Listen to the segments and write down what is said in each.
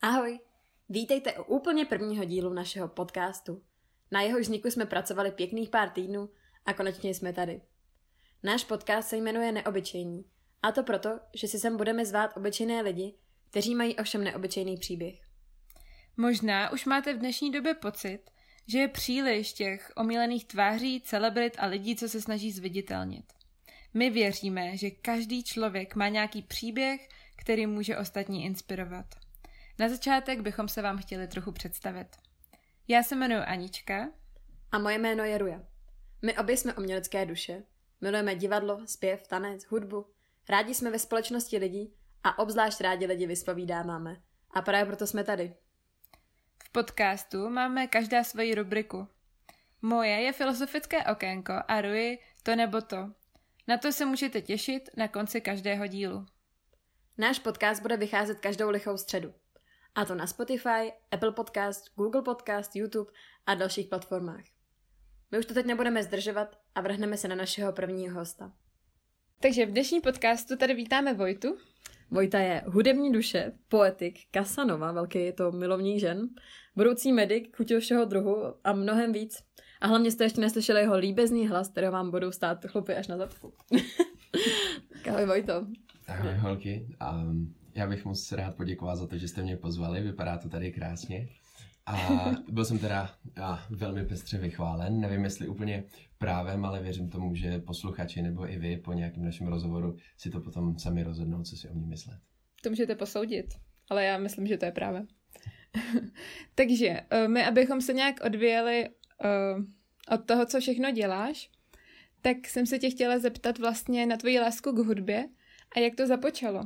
Ahoj, vítejte u úplně prvního dílu našeho podcastu. Na jeho vzniku jsme pracovali pěkných pár týdnů a konečně jsme tady. Náš podcast se jmenuje Neobyčejní, a to proto, že si sem budeme zvát obyčejné lidi, kteří mají ovšem neobyčejný příběh. Možná už máte v dnešní době pocit, že je příliš těch omílených tváří, celebrit a lidí, co se snaží zviditelnit. My věříme, že každý člověk má nějaký příběh, který může ostatní inspirovat. Na začátek bychom se vám chtěli trochu představit. Já se jmenuji Anička. A moje jméno je Ruja. My obě jsme umělecké duše. Milujeme divadlo, zpěv, tanec, hudbu. Rádi jsme ve společnosti lidí a obzvlášť rádi lidi vyspovídáváme. A právě proto jsme tady. V podcastu máme každá svoji rubriku. Moje je filozofické okénko a Ruji to nebo to. Na to se můžete těšit na konci každého dílu. Náš podcast bude vycházet každou lichou středu. A to na Spotify, Apple Podcast, Google Podcast, YouTube a dalších platformách. My už to teď nebudeme zdržovat a vrhneme se na našeho prvního hosta. Takže v dnešním podcastu tady vítáme Vojtu. Vojta je hudební duše, poetik, Casanova, velký je to milovník žen, budoucí medik, chutil všeho druhu a mnohem víc. A hlavně jste ještě neslyšeli jeho líbezný hlas, kterého vám budou stát chlupy až na zadku. Ahoj Vojto. Ahoj holky. Já bych moc rád poděkoval za to, že jste mě pozvali, vypadá to tady krásně. A byl jsem teda velmi pestře vychválen, nevím jestli úplně právem, ale věřím tomu, že posluchači nebo i vy po nějakém našem rozhovoru si to potom sami rozhodnou, co si o mě myslet. To můžete posoudit, ale já myslím, že to je právě. Takže my, abychom se nějak odvíjeli od toho, co všechno děláš, tak jsem se tě chtěla zeptat vlastně na tvoji lásku k hudbě a jak to započalo.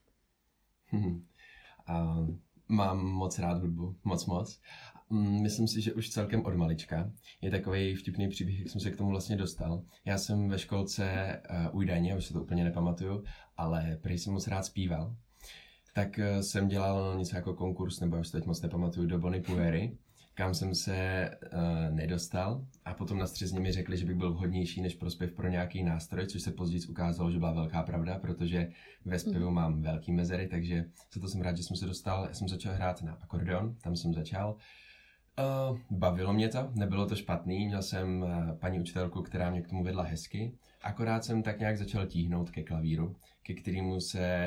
Mám moc rád hudbu, moc. Myslím si, že už celkem od malička. Je takový vtipný příběh, jak jsem se k tomu vlastně dostal. Já jsem ve školce údajně, už se to úplně nepamatuju, ale prý jsem moc rád zpíval. Tak jsem dělal něco jako konkurs, nebo už teď moc nepamatuju, do Bon Ivoire, kam jsem se nedostal a potom na střezně mi řekli, že bych byl vhodnější než pro zpěv pro nějaký nástroj, což se později ukázalo, že byla velká pravda, protože ve zpěvu mám velký mezery, takže za to jsem rád, že jsem se dostal. Já jsem začal hrát na akordeon, tam jsem začal. Bavilo mě to, nebylo to špatný, měl jsem paní učitelku, která mě k tomu vedla hezky, akorát jsem tak nějak začal tíhnout ke klavíru, ke kterému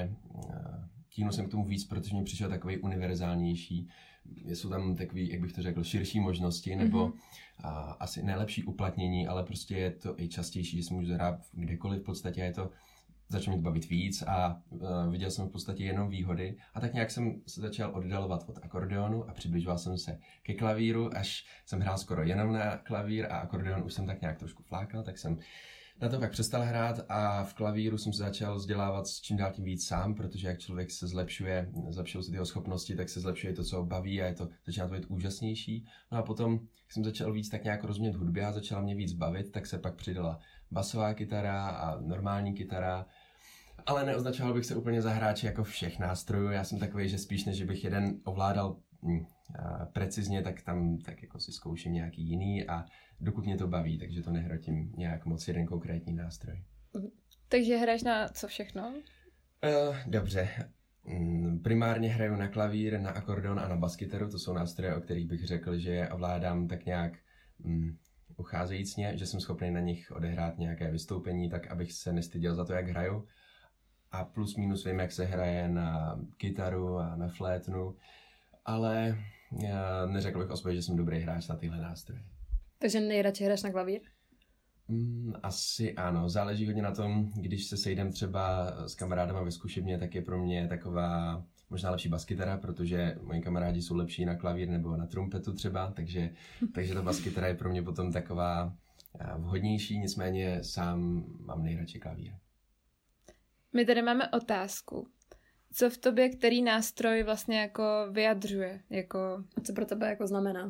tíhnul jsem k tomu víc, protože mi přišel takový univerzálnější. Jsou tam takový, jak bych to řekl, širší možnosti, nebo asi nejlepší uplatnění, ale prostě je to i častější, že si můžu zahrát kdekoliv v podstatě, je to začal mě to bavit víc a viděl jsem v podstatě jenom výhody a tak nějak jsem se začal oddalovat od akordeonu a přibližoval jsem se ke klavíru, až jsem hrál skoro jenom na klavír a akordeon už jsem tak nějak trošku flákal, tak jsem na to pak přestal hrát a v klavíru jsem se začal vzdělávat s čím dál tím víc sám, protože jak člověk se zlepšují se jeho schopnosti, tak se zlepšuje to, co ho baví a začíná to být úžasnější. No a potom, jak jsem začal víc tak nějak rozumět hudbě a začala mě víc bavit, tak se pak přidala basová kytara a normální kytara. Ale neoznačoval bych se úplně za hráče jako všech nástrojů. Já jsem takový, že spíš než bych jeden ovládal precizně, tak tam tak jako si zkouším nějaký jiný a dokud mě to baví, takže to nehrotím nějak moc jeden konkrétní nástroj. Takže hraješ na co všechno? Dobře. Primárně hraju na klavír, na akordeon a na baskytaru. To jsou nástroje, o kterých bych řekl, že je ovládám tak nějak ucházejícně, že jsem schopný na nich odehrát nějaké vystoupení, tak abych se nestyděl za to, jak hraju. A plus minus vím, jak se hraje na kytaru a na flétnu, ale neřekl bych o sobě, že jsem dobrý hráč na tyhle nástroje. Takže nejradši hraješ na klavír? Asi ano, záleží hodně na tom, když se sejdem třeba s kamarádama ve zkušebně, tak je pro mě taková možná lepší baskytara, protože moji kamarádi jsou lepší na klavír nebo na trumpetu třeba, takže ta baskytara je pro mě potom taková vhodnější, nicméně sám mám nejradši klavír. My tady máme otázku. Co v tobě, který nástroj vlastně jako vyjadřuje? A co pro tebe jako znamená?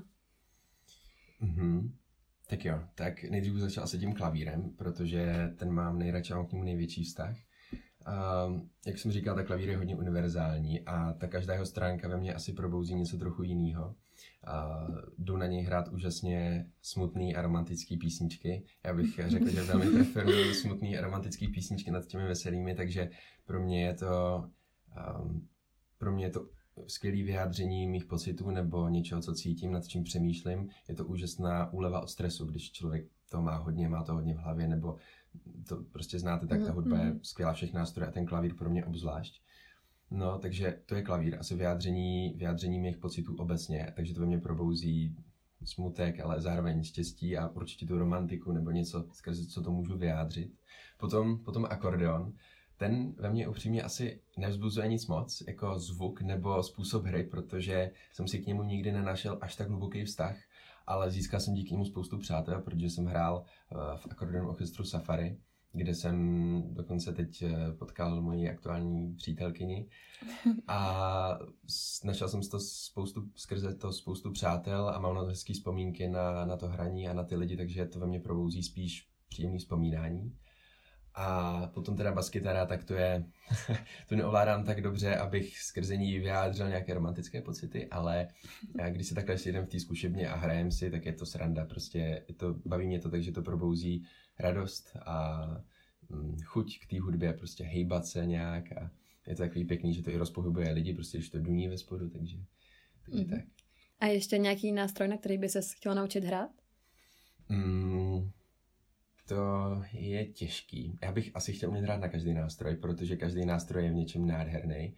Tak jo, tak nejdřív bych začal asi tím klavírem, protože ten mám nejradši, mám k němu největší vztah. Jak jsem říkal, tak klavír je hodně univerzální a ta každá jeho stránka ve mně asi probouzí něco trochu jiného. Jdu na něj hrát úžasně smutný a romantický písničky. Já bych řekl, že velmi preferuju smutný a romantický písničky nad těmi veselými, takže pro mě je to skvělé vyjádření mých pocitů nebo něčeho, co cítím, nad čím přemýšlím. Je to úžasná úleva od stresu, když člověk to má to hodně v hlavě, nebo to prostě znáte, tak ta hudba je skvělá, všech nástrojů a ten klavír pro mě obzvlášť. No, takže to je klavír, asi vyjádření mých pocitů obecně, takže to ve mě probouzí smutek, ale zároveň štěstí a určitě tu romantiku nebo něco, skrze co to můžu vyjádřit. Potom akordeon, ten ve mně upřímně asi nevzbuzuje nic moc, jako zvuk nebo způsob hry, protože jsem si k němu nikdy nenašel až tak hluboký vztah, ale získal jsem díky němu spoustu přátel, protože jsem hrál v akordeonu orchestru Safari, kde jsem dokonce teď potkal moji aktuální přítelkyni a našel jsem skrze to spoustu přátel a mám na to hezký vzpomínky na to hraní a na ty lidi, takže to ve mně probouzí spíš příjemný vzpomínání. A potom teda baskytara, tak to neovládám tak dobře, abych skrze ní vyjádřil nějaké romantické pocity, ale když se takhle sejdem v té zkušebně a hrajem si, tak je to sranda, prostě baví mě to, takže to probouzí radost a chuť k té hudbě, prostě hejbat se nějak a je to takový pěkný, že to i rozpohybuje lidi, prostě když to duní ve spodu, takže tak. A ještě nějaký nástroj, na který by ses chtěla naučit hrát? To je těžký. Já bych asi chtěl umět hrát na každý nástroj, protože každý nástroj je v něčem nádherný.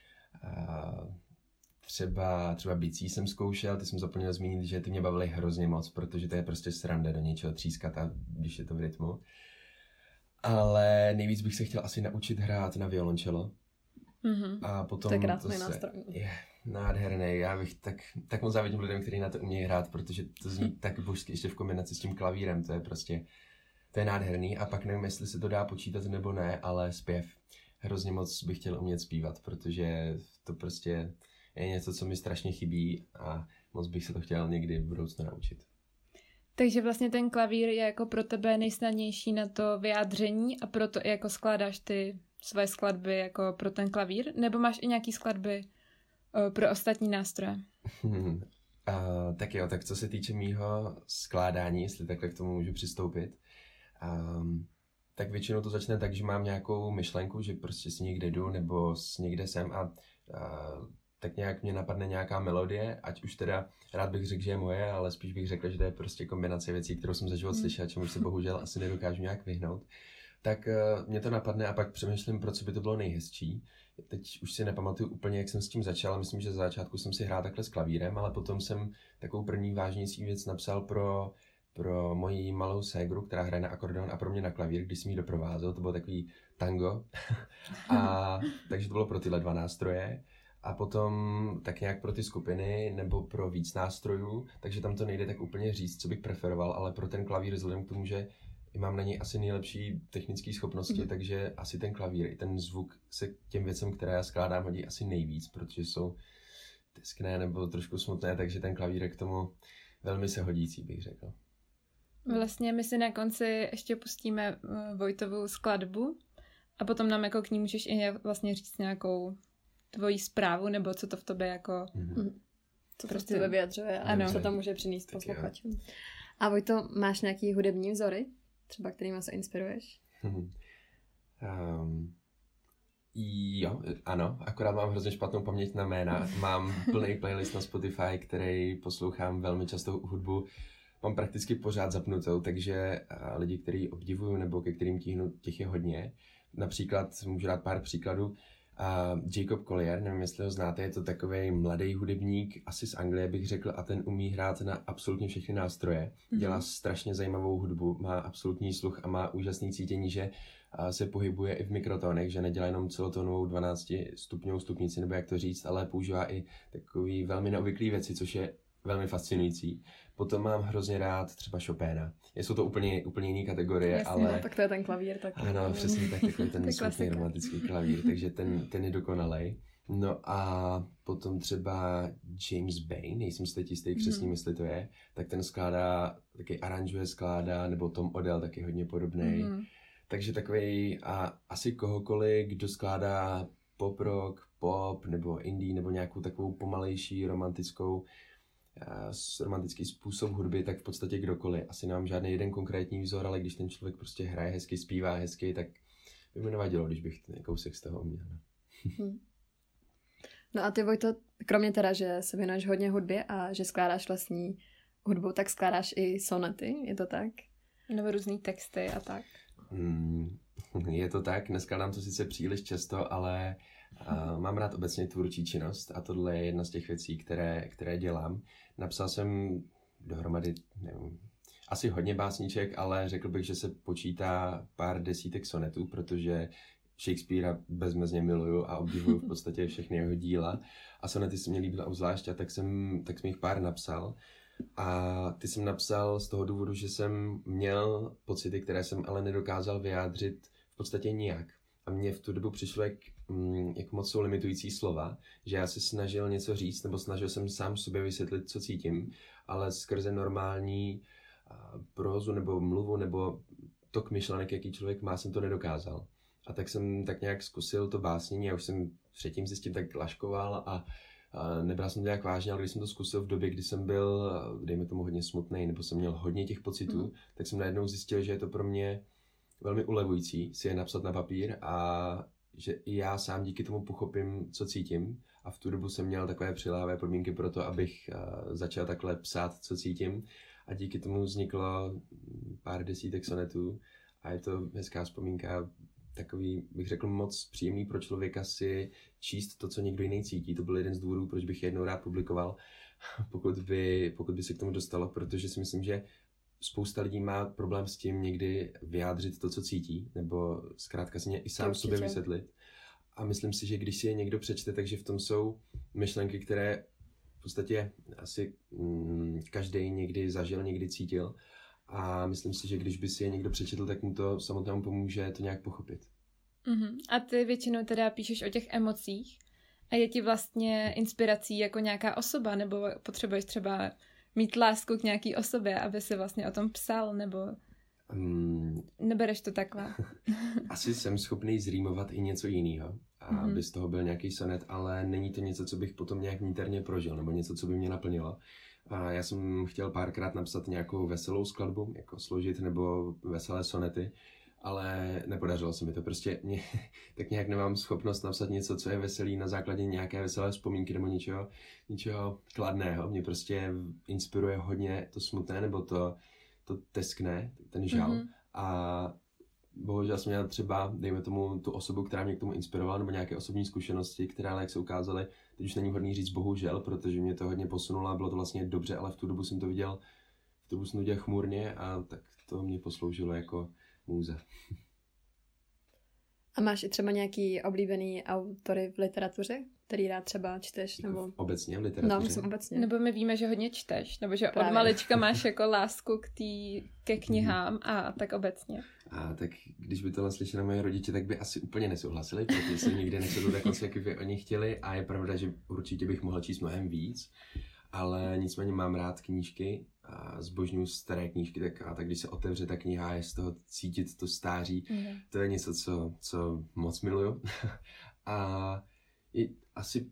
Třeba bicí jsem zkoušel, ty jsem zapomněl zmínit, že ty mě bavily hrozně moc, protože to je prostě sranda do něčeho třískat, a když je to v rytmu. Ale nejvíc bych se chtěl asi naučit hrát na violoncello. A potom to je krásný nástroj. Je nádherný. Já bych tak moc závidím lidem, kteří na to umějí hrát, protože to zní tak božsky ještě v kombinaci s tím klavírem. To je nádherný. A pak nevím, jestli se to dá počítat nebo ne, ale zpěv. Hrozně moc bych chtěl umět zpívat, protože to prostě je něco, co mi strašně chybí a moc bych se to chtěl někdy v budoucnu naučit. Takže vlastně ten klavír je jako pro tebe nejsnadnější na to vyjádření a proto i jako skládáš ty své skladby jako pro ten klavír? Nebo máš i nějaký skladby pro ostatní nástroje? Tak jo, tak co se týče mýho skládání, jestli takhle k tomu můžu přistoupit, tak většinou to začne tak, že mám nějakou myšlenku, že prostě si někde jdu nebo někde jsem a tak nějak mě napadne nějaká melodie, ať už teda rád bych řekl, že je moje, ale spíš bych řekl, že to je prostě kombinace věcí, kterou jsem za život slyšel, čemu se bohužel asi nedokážu nějak vyhnout. Tak mě to napadne a pak přemýšlím, pro co by to bylo nejhezčí. Teď už si nepamatuju úplně, jak jsem s tím začal, ale myslím, že za začátku jsem si hrál takhle s klavírem, ale potom jsem takovou první vážnější věc napsal pro moji malou ségru, která hraje na akordeon a pro mě na klavír, když jsem jí doprovázel, to bylo takový tango. Takže to bylo pro tyhle dva nástroje. A potom tak nějak pro ty skupiny nebo pro víc nástrojů, takže tam to nejde tak úplně říct, co bych preferoval, ale pro ten klavír vzhledem k tomu, že mám na něj asi nejlepší technické schopnosti, takže asi ten klavír i ten zvuk se k těm věcem, které já skládám, hodí asi nejvíc, protože jsou teskné nebo trošku smutné, takže ten klavír je k tomu velmi se hodící, bych řekl. Vlastně my si na konci ještě pustíme Vojtovu skladbu a potom nám jako k ní můžeš i vlastně říct nějakou tvoji zprávu, nebo co to v tobě jako... Co prostě tebe vyjadřuje a co to může přinést posluchačům. A Vojto, máš nějaký hudební vzory? Třeba kterýma se inspiruješ? Jo, ano, akorát mám hrozně špatnou paměť na jména. Mám plný playlist na Spotify, který poslouchám velmi často hudbu. Mám prakticky pořád zapnutou, takže lidi, který obdivuju nebo ke kterým tíhnu, těch je hodně. Například, můžu dát pár příkladů, Jacob Collier, nevím, jestli ho znáte, je to takovej mladý hudebník, asi z Anglie bych řekl, a ten umí hrát na absolutně všechny nástroje. Dělá strašně zajímavou hudbu, má absolutní sluch a má úžasné cítění, že se pohybuje i v mikrotónech, že nedělá jenom celotónovou 12 stupňovou stupnici, nebo jak to říct, ale používá i takový velmi neobvyklý věci, což je velmi fascinující. Potom mám hrozně rád třeba Chopina. Jsou to úplně jiné kategorie, jasně, ale... No, tak to je ten klavír. Tak... Ano, přesně tak, takový ten smutný romantický klavír, takže ten je dokonalej. No a potom třeba James Bay, nejsem si teď jistý přesně, jestli to je, tak ten skládá, taky aranžuje, skládá, nebo Tom Odell taky hodně podobnej. Takže takovej a asi kohokoliv, kdo skládá pop rock, pop nebo indie nebo nějakou takovou pomalejší romantický způsob hudby, tak v podstatě kdokoliv. Asi nemám žádný jeden konkrétní vzor, ale když ten člověk prostě hraje hezky, zpívá hezky, tak by mi nevadilo, když bych ten kousek z toho uměl. No a ty, Vojto, kromě teda, že se věnuješ hodně hudbě a že skládáš vlastní hudbu, tak skládáš i sonety, je to tak? Nebo různý texty a tak. Je to tak, neskladám to sice příliš často, ale mám rád obecně tvůrčí činnost a tohle je jedna z těch věcí, které dělám. Napsal jsem dohromady, nevím, asi hodně básníček, ale řekl bych, že se počítá pár desítek sonetů, protože Shakespearea bezmezně miluju a obdivuju v podstatě všechny jeho díla. A sonety se mě líbily obzvlášť, a tak jsem jich pár napsal. A ty jsem napsal z toho důvodu, že jsem měl pocity, které jsem ale nedokázal vyjádřit v podstatě nijak. A mně v tu dobu přišlo, jak moc jsou limitující slova, že já se snažil něco říct, nebo snažil jsem sám sobě vysvětlit, co cítím, ale skrze normální prózu nebo mluvu nebo tok myšlenek, jaký člověk má, jsem to nedokázal. A tak jsem tak nějak zkusil to básnění, já už jsem předtím si s tím tak laškoval a nebral jsem to nějak vážně, ale když jsem to zkusil v době, kdy jsem byl, dejme tomu, hodně smutný, nebo jsem měl hodně těch pocitů, tak jsem najednou zjistil, že je to pro mě velmi ulevující si je napsat na papír a že i já sám díky tomu pochopím, co cítím. A v tu dobu jsem měl takové přiléhavé podmínky pro to, abych začal takhle psát, co cítím. A díky tomu vzniklo pár desítek sonetů a je to hezká vzpomínka, takový, bych řekl, moc příjemný pro člověka si číst to, co někdo jiný cítí. To byl jeden z důvodů, proč bych jednou rád publikoval, pokud by se k tomu dostalo, protože si myslím, že spousta lidí má problém s tím někdy vyjádřit to, co cítí, nebo zkrátka si i sám sobě vysvětlit. A myslím si, že když si je někdo přečte, takže v tom jsou myšlenky, které v podstatě asi každý někdy zažil, někdy cítil. A myslím si, že když by si je někdo přečetl, tak mu to samotnému pomůže to nějak pochopit. A ty většinou teda píšeš o těch emocích a je ti vlastně inspirací jako nějaká osoba, nebo potřebuješ třeba mít lásku k nějaký osobě, aby si vlastně o tom psal, nebo nebereš to takhle? Asi jsem schopný zrýmovat i něco jiného, aby z toho byl nějaký sonet, ale není to něco, co bych potom nějak vnitřně prožil, nebo něco, co by mě naplnilo. A já jsem chtěl párkrát napsat nějakou veselou skladbu, jako složit, nebo veselé sonety, ale nepodařilo se mi to. Prostě tak nějak nemám schopnost napsat něco, co je veselý na základě nějaké veselé vzpomínky nebo něčeho kladného. Mě prostě inspiruje hodně to smutné nebo to teskné, ten žal. A bohužel jsem měl třeba, dejme tomu, tu osobu, která mě k tomu inspirovala, nebo nějaké osobní zkušenosti, které, ale jak se ukázaly, teď už není vhodný říct bohužel, protože mě to hodně posunulo a bylo to vlastně dobře, ale v tu dobu jsem to viděl chmurně a tak to mě posloužilo jako můza. A máš i třeba nějaký oblíbený autory v literatuře, který rád třeba čteš? Nebo... Obecně v literatuře? No, myslím obecně. Nebo my víme, že hodně čteš, nebo že právě od malička máš jako lásku ke knihám a tak obecně. A tak když by tohle slyšeli moje rodiče, tak by asi úplně nesouhlasili, protože jsem nikdy nečetl tak moc, jak by oni chtěli a je pravda, že určitě bych mohl číst mnohem víc, ale nicméně mám rád knížky a zbožňuji staré knížky, tak když se otevře ta kniha, je z toho cítit to stáří, to je něco, co moc miluju. A asi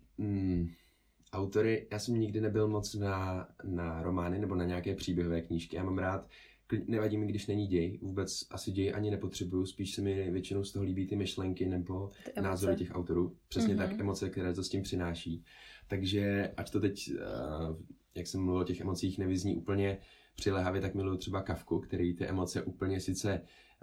autory, já jsem nikdy nebyl moc na romány nebo na nějaké příběhové knížky, já mám rád, nevadí mi, když není děj, vůbec asi děj ani nepotřebuju, spíš se mi většinou z toho líbí ty myšlenky nebo názory těch autorů. Přesně tak, emoce, které to s tím přináší. Takže ať to teď, jak jsem mluvil o těch emocích, nevyzní úplně přiléhavě, tak miluju třeba Kafku, který ty emoce úplně sice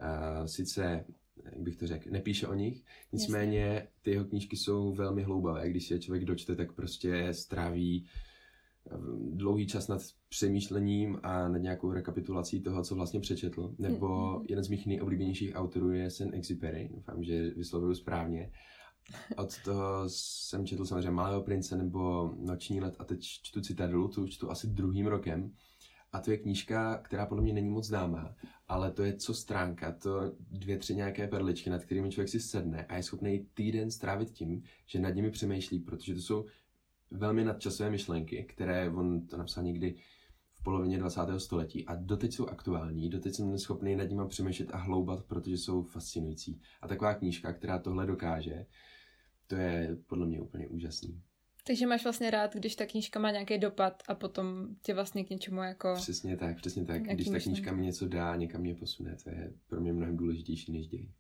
jak bych to řekl, nepíše o nich, nicméně ty jeho knížky jsou velmi hloubavé. Když si je člověk dočte, tak prostě stráví dlouhý čas nad přemýšlením a nad nějakou rekapitulací toho, co vlastně přečetl. Nebo jeden z mých nejoblíbenějších autorů je Saint-Exupéry, doufám, že vyslovuju správně. Od toho jsem četl samozřejmě Malého prince nebo Noční let a teď čtu Citadelu, to už čtu asi 2. rokem. A to je knížka, která podle mě není moc známá, ale to je co stránka, to 2-3 nějaké perličky, nad kterými člověk si sedne a je schopný týden strávit tím, že nad nimi přemýšlí, protože to jsou velmi nadčasové myšlenky, které on to napsal někdy v polovině 20. století a doteď jsou aktuální, doteď jsem schopný nad nimi přemýšlet a hloubat, protože jsou fascinující. A taková knížka, která tohle dokáže, to je podle mě úplně úžasný. Takže máš vlastně rád, když ta knížka má nějaký dopad a potom tě vlastně k něčemu jako... Přesně tak. Když ta knížka mi něco dá, někam mě posune, to je pro mě mnohem důležitější než děj.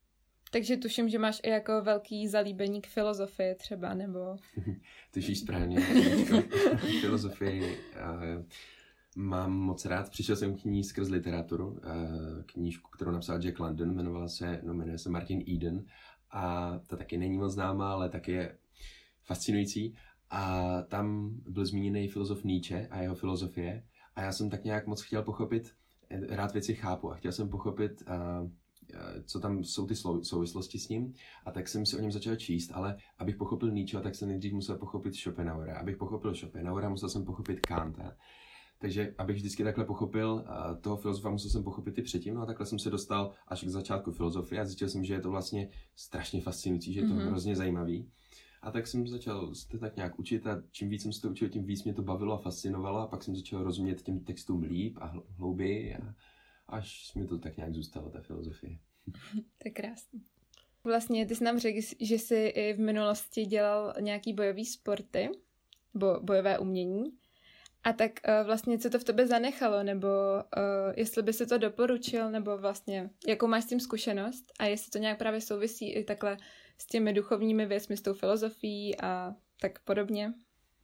Takže tuším, že máš i jako velký zalíbeník filozofie třeba, nebo... Tušíš správně. Filozofii mám moc rád. Přišel jsem k ní skrz literaturu. Knížku, kterou napsal Jack London, jmenuje se Martin Eden. A ta taky není moc známá, ale taky je fascinující. A tam byl zmíněný filozof Nietzsche a jeho filozofie. A já jsem tak nějak moc chtěl pochopit, rád věci chápu a chtěl jsem pochopit, co tam jsou ty souvislosti s ním. A tak jsem si o něm začal číst, ale abych pochopil Nietzsche, tak jsem nejdřív musel pochopit Schopenhauera. Abych pochopil Schopenhauera, musel jsem pochopit Kanta. Takže abych vždycky takhle pochopil toho filozofa, musel jsem pochopit i předtím. No a takhle jsem se dostal až k začátku filozofie a zjistil jsem, že je to vlastně strašně fascinující, že je to hrozně zajímavý. A tak jsem začal se tak nějak učit a čím víc jsem se to učil, tím víc mě to bavilo a fascinovalo a pak jsem začal rozumět těm textům líp a hlouběji a až mi to tak nějak zůstalo, ta filozofie. To je krásný. Vlastně ty jsi nám řekl, že jsi i v minulosti dělal nějaký bojový sporty, bojové umění. A tak vlastně co to v tobě zanechalo, nebo jestli by si to doporučil, nebo vlastně jakou máš s tím zkušenost a jestli to nějak právě souvisí i takhle s těmi duchovními věcmi, s tou filozofií a tak podobně.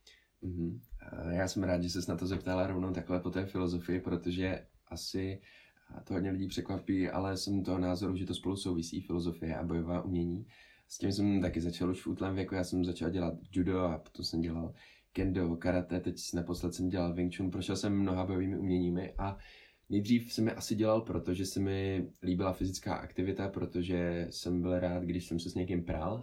Já jsem rád, že ses na to zeptala rovnou takhle po té filozofii, protože asi to hodně lidí překvapí, ale jsem toho názoru, že to spolu souvisí, filozofie a bojová umění. S tím jsem taky začal už v útlém věku, já jsem začal dělat judo a potom jsem dělal kendo, karate, teď naposled jsem dělal Wing Chun, prošel jsem mnoha bojovými uměními a nejdřív jsem je asi dělal, protože se mi líbila fyzická aktivita, protože jsem byl rád, když jsem se s někým pral.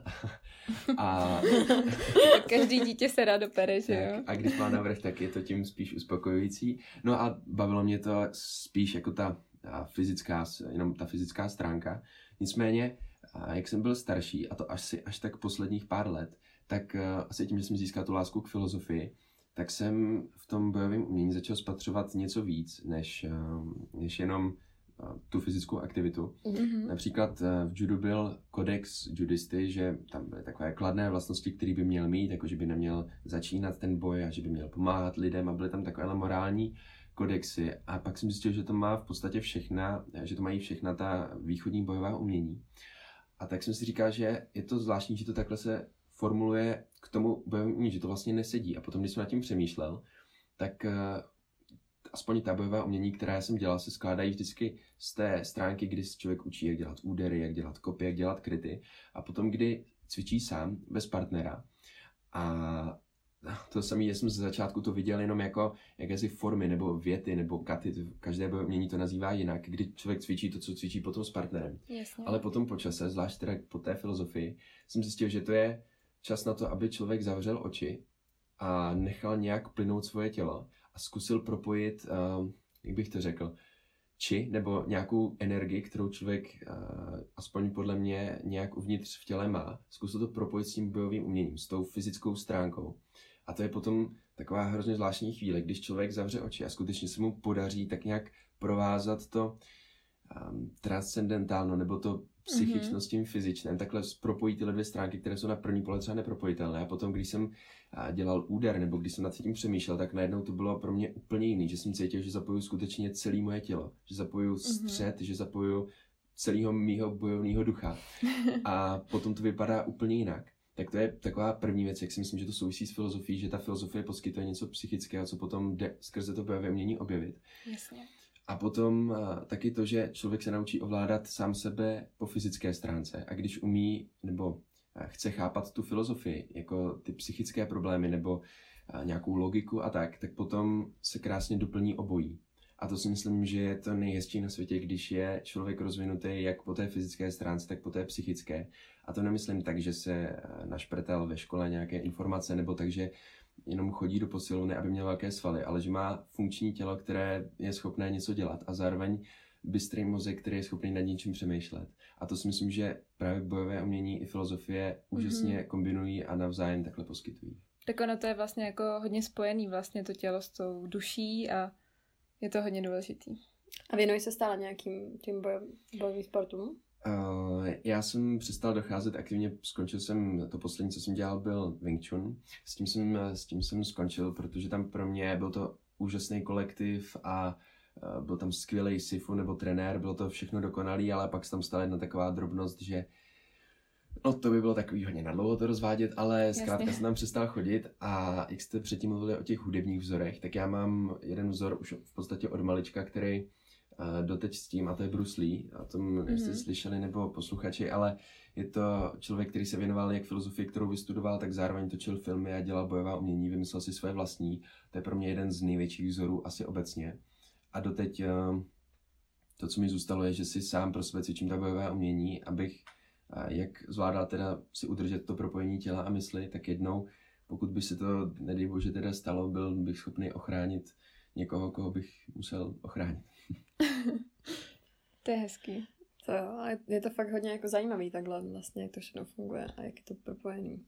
A každý dítě se rád opere, že jo? A když má navrch, tak je to tím spíš uspokojující. No a bavilo mě to spíš jako jenom ta fyzická stránka. Nicméně, jak jsem byl starší, a to až tak posledních pár let, tak asi tím, že jsem získal tu lásku k filozofii, tak jsem v tom bojovém umění začal spatřovat něco víc, než jenom tu fyzickou aktivitu. Například v judu byl kodex judisty, že tam byly takové kladné vlastnosti, které by měl mít, jako že by neměl začínat ten boj a že by měl pomáhat lidem a byly tam takové morální kodexy. A pak jsem zjistil, že to má v podstatě že to mají všechna ta východní bojová umění. A tak jsem si říkal, že je to zvláštní, že to takhle se formuluje k tomu bojovému umění, že to vlastně nesedí. A potom, když jsem nad tím přemýšlel, tak aspoň ta bojová umění, která jsem dělal, se skládají vždycky z té stránky, kdy se člověk učí, jak dělat údery, jak dělat kopy, jak dělat kryty. A potom, kdy cvičí sám, bez partnera. A to samé, jsem ze začátku to viděl jenom jako jakési formy, nebo věty, nebo katy. Každé bojové umění to nazývá jinak, kdy člověk cvičí to, co cvičí potom s partnerem. Jasně. Ale potom po čase, zvlášť teda po té filozofii, jsem zjistil, že to je čas na to, aby člověk zavřel oči a nechal nějak plynout svoje tělo a zkusil propojit, jak bych to řekl, nebo nějakou energii, kterou člověk, aspoň podle mě, nějak uvnitř v těle má, zkusil to propojit s tím bojovým uměním, s tou fyzickou stránkou. A to je potom taková hrozně zvláštní chvíle, když člověk zavře oči a skutečně se mu podaří tak nějak provázat to transcendentálno, nebo to psychično s tím fyzičným, takhle propojí tyhle dvě stránky, které jsou na první pohled třeba nepropojitelné. A potom, když jsem dělal úder, nebo když jsem nad tím přemýšlel, tak najednou to bylo pro mě úplně jiný, že jsem cítil, že zapojuju skutečně celé moje tělo, že zapojuju střed, že zapojuju celého mýho bojovného ducha. A potom to vypadá úplně jinak. Tak to je taková první věc, jak si myslím, že to souvisí s filozofií, že ta filozofie poskytuje něco psychického, co potom jde skrze to bojové umění objevit. Jasně. A potom taky to, že člověk se naučí ovládat sám sebe po fyzické stránce. A když umí nebo chce chápat tu filozofii, jako ty psychické problémy nebo nějakou logiku a tak potom se krásně doplní obojí. A to si myslím, že je to nejhezčí na světě, když je člověk rozvinutý jak po té fyzické stránce, tak po té psychické. A to nemyslím tak, že se našprtal ve škole nějaké informace, nebo tak, že jenom chodí do posilovny, aby měl velké svaly, ale že má funkční tělo, které je schopné něco dělat a zároveň bystrý mozek, který je schopný nad něčím přemýšlet. A to si myslím, že právě bojové umění i filozofie úžasně kombinují a navzájem takhle poskytují. Tak ono to je vlastně jako hodně spojený vlastně to tělo s tou duší a je to hodně důležitý. A věnuji se stále nějakým tím bojovým sportům? Já jsem přestal docházet aktivně, skončil jsem, to poslední, co jsem dělal, byl Wing Chun. S tím jsem skončil, protože tam pro mě byl to úžasný kolektiv a byl tam skvělý sifu nebo trenér, bylo to všechno dokonalý, ale pak tam stala jedna taková drobnost, že No to by bylo takový hodně nadlouho to rozvádět, ale zkrátka Jasně. jsem tam přestal chodit a jak jste předtím mluvili o těch hudebních vzorech, tak já mám jeden vzor už v podstatě od malička, který doteď s tím, a to je Bruce Lee, a tom jste slyšeli nebo posluchači, ale je to člověk, který se věnoval jak filozofii, kterou vystudoval, tak zároveň točil filmy a dělal bojová umění, vymyslel si své vlastní. To je pro mě jeden z největších vzorů asi obecně. A doteď to, co mi zůstalo, je, že si sám pro sebe cvičím ta bojová umění, abych jak zvládal teda si udržet to propojení těla a mysli, tak jednou, pokud by se to, nedej bože, teda stalo, byl bych schopný ochránit někoho, koho bych musel ochránit. To je hezký. To jo, ale je to fakt hodně jako zajímavý takhle vlastně, jak to všechno funguje a jak je to propojený.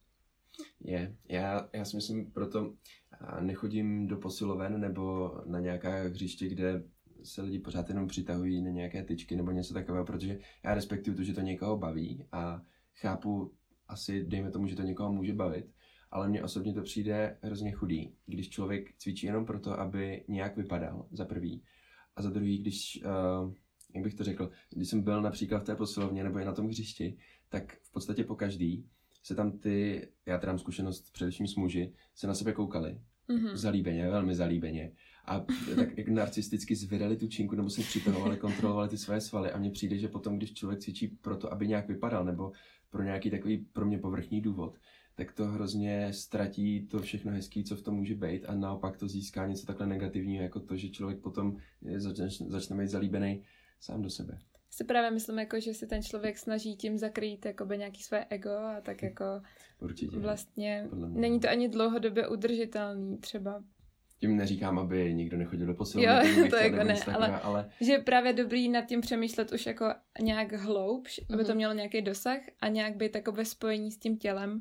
Já si myslím, proto nechodím do posiloven nebo na nějaká hřiště, kde se lidi pořád jenom přitahují na nějaké tyčky nebo něco takového, protože já respektuju to, že to někoho baví a chápu asi, dejme tomu, že to někoho může bavit, ale mně osobně to přijde hrozně chudý, když člověk cvičí jenom proto, aby nějak vypadal, za prvý, a za druhý, když, jak bych to řekl, když jsem byl například v té posilovně nebo i na tom hřišti, tak v podstatě po každý se tam já teda mám zkušenost především s muži, se na sebe koukali. Zalíbeně, velmi zalíbeně. A tak jak narcisticky zvedali tu činku, nebo se přitahovali, kontrolovali ty své svaly. A mně přijde, že potom, když člověk cvičí proto, aby nějak vypadal, nebo pro nějaký takový pro mě povrchní důvod, tak to hrozně ztratí to všechno hezký, co v tom může být, a naopak to získá něco takhle negativního, jako to, že člověk potom začne být zalíbený sám do sebe. Si právě myslím, jako, že si ten člověk snaží tím zakrýt jakoby nějaký své ego a tak jako Určitě, vlastně není to ani dlouhodobě udržitelný třeba. Tím neříkám, aby nikdo nechodil do posilovny. Jo, to jako ne, ale že je právě dobrý nad tím přemýšlet už jako nějak hloubš, aby to mělo nějaký dosah a nějak být takové spojení s tím tělem.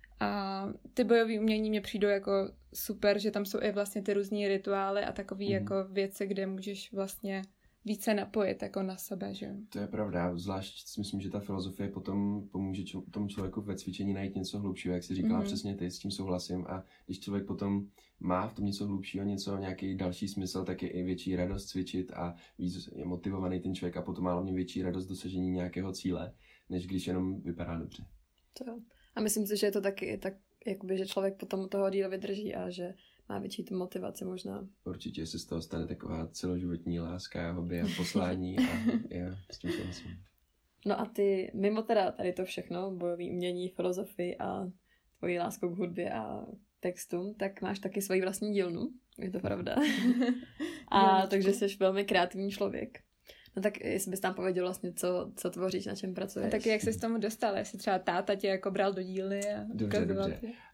A ty bojové umění mě přijdou jako super, že tam jsou i vlastně ty různý rituály a takové jako věci, kde můžeš vlastně více napojit jako na sebe, že jo? To je pravda, zvlášť si myslím, že ta filozofie potom pomůže tomu člověku ve cvičení najít něco hlubšího, jak jsi říkala přesně ty, s tím souhlasím, a když člověk potom má v tom něco hlubšího, nějaký další smysl, tak je i větší radost cvičit a víc je motivovaný ten člověk a potom má hlavně větší radost dosažení nějakého cíle, než když jenom vypadá dobře. To jo. A myslím si, že je to taky tak, jakoby, že člověk potom toho díla vydrží a že má větší tu motivaci možná. Určitě se z toho stane taková celoživotní láska, hobby a poslání a já s tím souhlasím. No a ty, mimo teda tady to všechno, bojový umění, filozofii a tvoji lásku k hudbě a textům, tak máš taky svoji vlastní dílnu, je to pravda. A takže jsi velmi kreativní člověk. No tak jestli bys tam pověděl vlastně, co tvoříš, na čem pracuješ. A taky jak jsi s tomu dostal, jestli třeba táta tě jako bral do dílny a Dobře.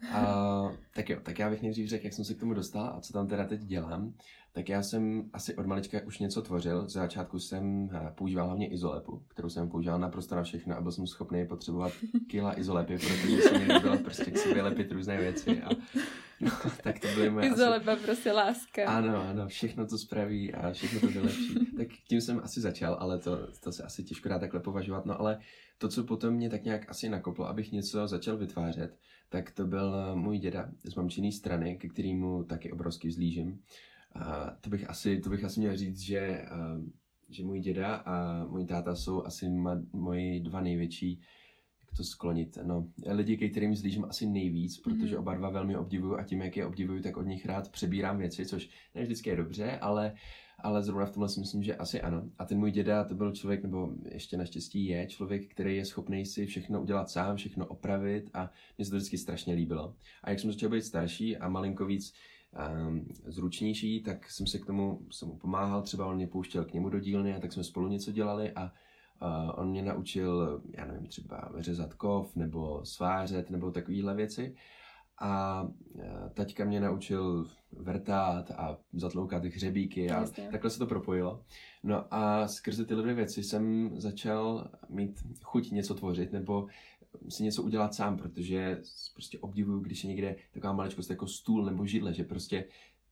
Tak já bych nejdřív řekl, jak jsem se k tomu dostal a co tam teda teď dělám. Tak já jsem asi od malička už něco tvořil. Z začátku jsem používal hlavně izolepu, kterou jsem používal naprosto na všechno a byl jsem schopný potřebovat kila izolepy, protože jsem někdy byl prostě k sobě lepit různé věci. A no, tak to byly moje izolepa prostě láska. Ano, všechno to spraví a všechno to vylepší. Tak tím jsem asi začal, ale to se asi těžko dá takhle považovat. No ale to, co potom mě tak nějak asi nakoplo, abych něco začal vytvářet, tak to byl můj děda z mamčiný strany, ke kterému taky obrovsky vzlížím. A to bych asi měl říct, že můj děda a můj táta jsou asi moji dva největší, jak to sklonit, lidi, ke kterým vzlížím asi nejvíc, protože oba dva velmi obdivuju a tím, jak je obdivuju, tak od nich rád přebírám věci, což ne vždycky je dobře, ale zrovna v tomhle si myslím, že asi ano. A ten můj děda, to byl člověk, nebo ještě naštěstí je člověk, který je schopný si všechno udělat sám, všechno opravit a mě se to vždycky strašně líbilo. A jak jsem začal být starší a malinko víc zručnější, tak jsem mu pomáhal, třeba on mě pouštěl k němu do dílny a tak jsme spolu něco dělali a on mě naučil, já nevím, třeba řezat kov nebo svářet nebo takovýhle věci. A taťka mě naučil vrtát a zatloukat hřebíky a takhle se to propojilo. No a skrze tyhle dvě věci jsem začal mít chuť něco tvořit nebo si něco udělat sám, protože prostě obdivuju, když je někde taková maličkost jako stůl nebo židle, že prostě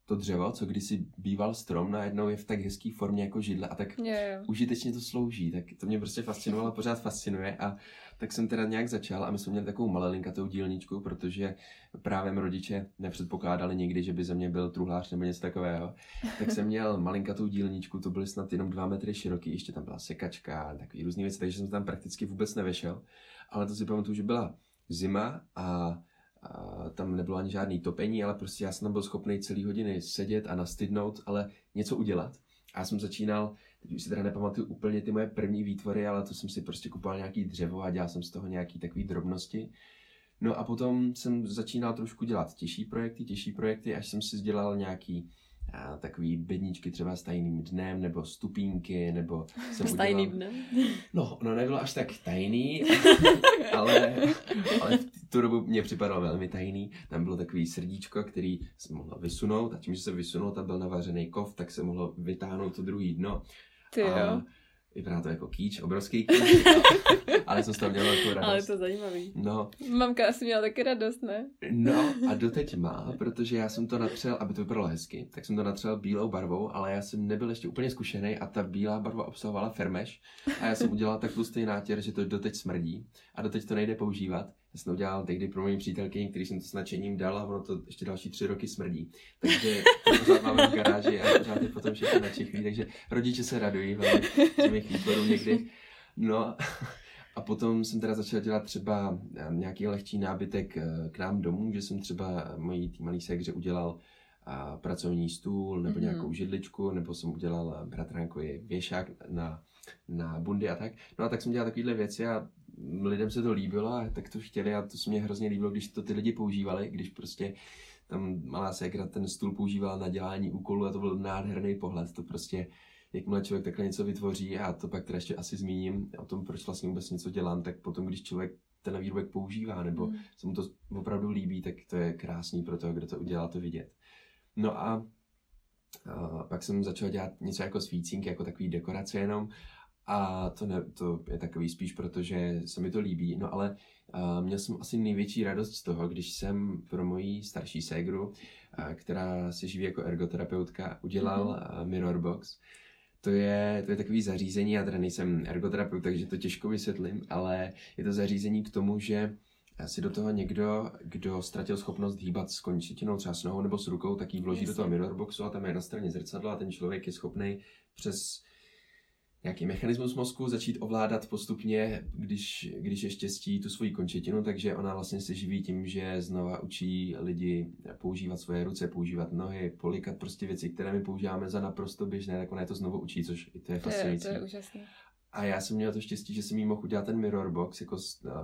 to dřevo, co kdysi býval strom, najednou je v tak hezký formě jako židle a tak užitečně to slouží, tak to mě prostě fascinovalo, pořád fascinuje a tak jsem teda nějak začal a my jsme měli takovou malilinkatou dílničku, protože právě mé rodiče nepředpokládali nikdy, že by ze mě byl truhlář nebo něco takového, tak jsem měl malinkatou dílničku, to byly snad jenom 2 metry široký, ještě tam byla sekačka, takový různý věci, takže jsem tam prakticky vůbec nevešel, ale to si pamatuju, že byla zima a tam nebylo ani žádný topení, ale prostě já jsem tam byl schopný celý hodiny sedět a nastydnout, ale něco udělat. A já jsem začínal, teď už si teda nepamatuju úplně ty moje první výtvory, ale to jsem si prostě kupoval nějaký dřevo a dělal jsem z toho nějaký takový drobnosti. No a potom jsem začínal trošku dělat těžší projekty, až jsem si dělal nějaký takový bedničky třeba s tajným dnem, nebo stupínky, nebo jsem s tajným dnem? No, ono nebylo až tak tajný, ale v tu dobu mě připadalo velmi tajný. Tam bylo takový srdíčko, který se mohlo vysunout a tím, že se vysunul, tam byl navařený kov, tak se mohlo vytáhnout to druhý dno. Ty jo. Vypadá to jako kýč, obrovský kýč, ale jsem z toho měl velkou radost. Ale je to zajímavý. No. Mamka asi měla taky radost, ne? No a doteď má, protože já jsem to natřel, aby to vypadalo hezky, tak jsem to natřel bílou barvou, ale já jsem nebyl ještě úplně zkušený a ta bílá barva obsahovala fermeš a já jsem udělal tak tlustý nátěr, že to doteď smrdí a doteď to nejde používat. Já jsem to udělal tehdy pro moji přítelkyni, který jsem to s nadšením dal a ono to ještě další 3 roky smrdí. Takže to pořád máme v garáži a pořád je potom všechno načichlý, takže rodiče se radují hlavně z mých výtvorů někdy. No a potom jsem teda začal dělat třeba nějaký lehčí nábytek k nám domů, že jsem třeba mojí malý ségře udělal pracovní stůl nebo nějakou židličku, nebo jsem udělal bratránkovi věšák na bundy a tak. No a tak jsem dělal takovýhle věci a lidem se to líbilo a tak to chtěli a to se mě hrozně líbilo, když to ty lidi používali, když prostě tam malá ségra ten stůl používala na dělání úkolů a to byl nádherný pohled, to prostě jakmile člověk takhle něco vytvoří a to pak teda ještě asi zmíním o tom, proč vlastně vůbec něco dělám, tak potom, když člověk ten výrobek používá nebo se mu to opravdu líbí, tak to je krásný pro toho, kdo to udělal, to vidět. No a pak jsem začal dělat něco jako svícínky, jako takový dekorace jenom a to je takový spíš, protože se mi to líbí, no ale měl jsem asi největší radost z toho, když jsem pro moji starší ségru, která se živí jako ergoterapeutka, udělal Mirrorbox. To je takový zařízení, já teda nejsem ergoterapeut, takže to těžko vysvětlím, ale je to zařízení k tomu, že si do toho někdo, kdo ztratil schopnost hýbat s končetinou, třeba s nohou nebo s rukou, tak ji vloží do toho Mirrorboxu a tam je na straně zrcadlo a ten člověk je schopný přes nějaký mechanismus mozku začít ovládat postupně, když je štěstí, tu svoji končetinu, takže ona vlastně se živí tím, že znova učí lidi používat svoje ruce, používat nohy, polikat prostě věci, které my používáme za naprosto běžné, tak ona je to znovu učí, což i to je fascinující. To je úžasné. A já jsem měl to štěstí, že jsem jí mohl udělat ten Mirrorbox, jako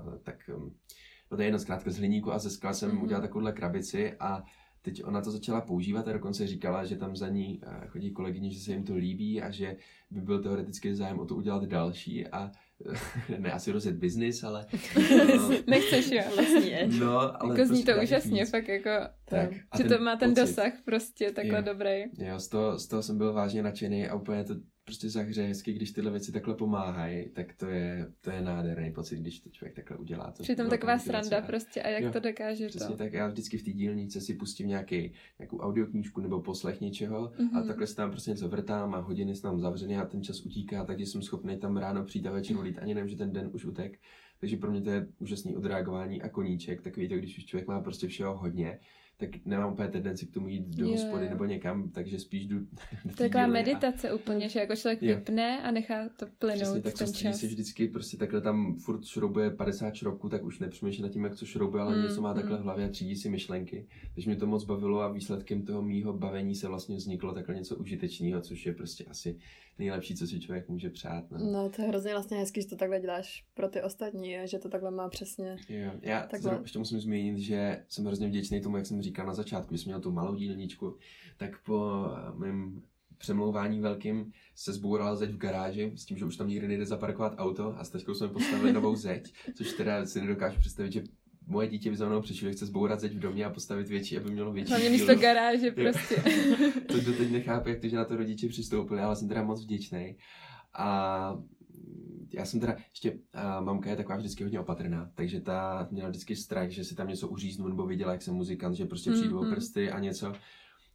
no to je jedno zkrátka z hliníku a ze skla jsem udělal takovouhle krabici a teď ona to začala používat a dokonce říkala, že tam za ní chodí kolegyně, že se jim to líbí a že by byl teoreticky zájem o to udělat další a ne asi rozjet biznis, ale... Nechceš, jo, vlastně. No, ale jako zní prostě to úžasně, fakt jako... Tak, že to má ten pocit, dosah prostě takhle dobrý. Jo, z toho jsem byl vážně nadšený a úplně to prostě zahře hezky, když tyhle věci takhle pomáhají, tak to je nádherný pocit, když to člověk takhle udělá. Přitom taková sranda prostě a jak to dokáže přesně tak, já vždycky v té dílnice si pustím nějakou audioknížku nebo poslech něčeho a takhle si tam prostě něco vrtám a hodiny jsou tam zavřený a ten čas utíká, takže jsem schopný tam ráno přijít a večer odjít, ani nevím, že ten den už utek. Takže pro mě to je úžasný odreagování a koníček, takový to, když už člověk má prostě všeho hodně, tak nemám úplně tendenci k tomu jít do hospody nebo někam, takže spíš jdu to je taková meditace úplně, že jako člověk vypne a nechá to plynout. Přesně, tak ten čas. Si vždycky prostě takhle tam furt šroubuje 50 šroubků, tak už nepřemýšlí nad tím, jak co šroubuje, ale něco má takhle v hlavě a třídí si myšlenky. Takže mě to moc bavilo a výsledkem toho mýho bavení se vlastně vzniklo takhle něco užitečného, což je prostě asi nejlepší, co si člověk může přát. No to je hrozně vlastně hezký, že to takhle děláš pro ty ostatní a že to takhle má přesně. Jo, já ještě musím zmínit, že jsem hrozně vděčný tomu, jak jsem říkal na začátku, že jsem měl tu malou dílničku, tak po mém přemlouvání velkým se zbourala zeď v garáži, s tím, že už tam nikdy nejde zaparkovat auto a s taťkou jsme postavili novou zeď, což teda si nedokážu představit, že moje dítě by za mnou přišlo, že chce zbourat zeď v domě a postavit větší, aby mělo větší. Hlavně místo garáže prostě. To doteď nechápu, jak to, že na to rodiče přistoupili, ale jsem teda moc vděčný. A já jsem teda, ještě mamka je taková vždycky hodně opatrná, takže ta měla vždycky strach, že si tam něco uříznu nebo viděla, jak jsem muzikant, že prostě přijdu o prsty a něco.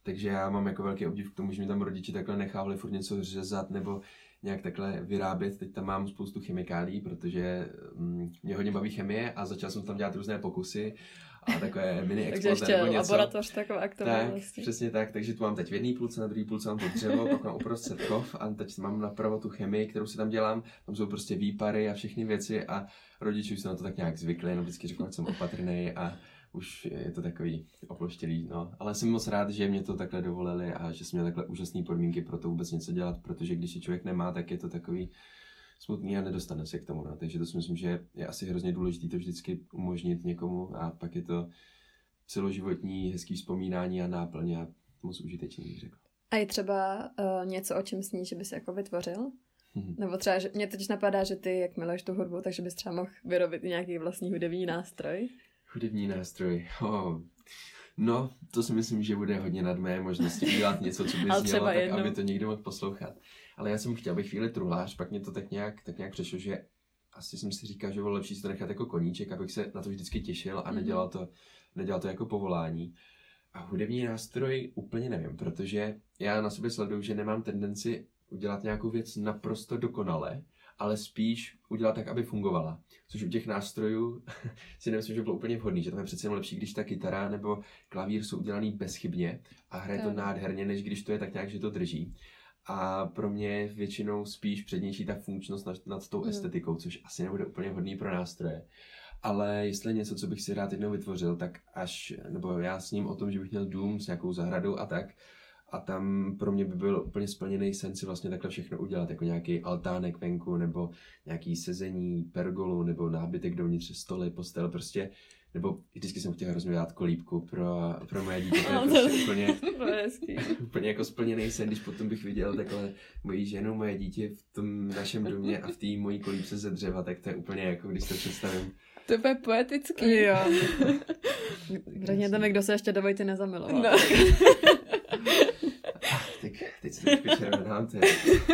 Takže já mám jako velký obdiv k tomu, že mi tam rodiče takhle nechávali furt něco řezat nebo nějak takhle vyrábět. Teď tam mám spoustu chemikálií, protože mě hodně baví chemie a začal jsem tam dělat různé pokusy a takové mini takže exploze ještě nebo něco. laboratoř taková aktivní Tak, vlastně. přesně tak, takže tu mám teď v jedné půlce, na druhé půlce mám to dřevo, pak mám uprostřed kov a teď mám napravo tu chemii, kterou si tam dělám, tam jsou prostě výpary a všechny věci a rodiče už se na to tak nějak zvykli, no vždycky řekl, že jsem opatrný a už je to takový oploštělý, no. Ale jsem moc rád, že mě to takhle dovolili a že jsem měl takhle úžasné podmínky pro to vůbec něco dělat, protože když si člověk nemá, tak je to takový smutný a nedostane se k tomu, no. Takže to si myslím, že je asi hrozně důležité to vždycky umožnit někomu a pak je to celoživotní hezký vzpomínání a náplň a moc užitečný, bych řekl. A je třeba něco, o čem sníš, že bys jako vytvořil? Nebo třeba, že mě teď napadá, že ty, jak miluješ tu hudbu, takže bys třeba mohl vyrobit i nějaký vlastní hudební nástroj. Hudební nástroj. No, to si myslím, že bude hodně nad mé možnosti udělat něco, co by znělo tak, jednou, aby to někdo mohl poslouchat. Ale já jsem chtěl bych chvíli truhlář, pak mě to tak nějak přešlo, že asi jsem si říkal, že bylo lepší si to nechat jako koníček, abych se na to vždycky těšil a nedělal to jako povolání. A hudební nástroj úplně nevím, protože já na sobě sleduju, že nemám tendenci udělat nějakou věc naprosto dokonale, ale spíš udělat tak, aby fungovala. Což u těch nástrojů si nemyslím, že bylo úplně vhodný, že to je přece jen lepší, když ta kytara nebo klavír jsou udělaný bezchybně a hraje to nádherně, než když to je tak nějak, že to drží. A pro mě je většinou spíš přednější ta funkčnost nad tou estetikou, což asi nebude úplně vhodný pro nástroje. Ale jestli něco, co bych si rád jednou vytvořil, tak nebo já s ním o tom, že bych měl dům s nějakou zahradou a tak, a tam pro mě by byl úplně splněný sen si vlastně takhle všechno udělat, jako nějaký altánek venku, nebo nějaký sezení, pergolu, nebo nábytek dovnitř, stoly, postel, prostě, nebo vždycky jsem chtěl hrozně dělat kolíbku pro moje dítě, to je prostě úplně jako splněný sen, když potom bych viděl takhle moji ženu, moje dítě v tom našem domě a v té mojí kolíbce ze dřeva, tak to je úplně jako, když to představím. To je poetický. Jo. Řekněte mi, kdo se ještě do Vojty nezamiloval. No. Teď se trošku červenám, to je.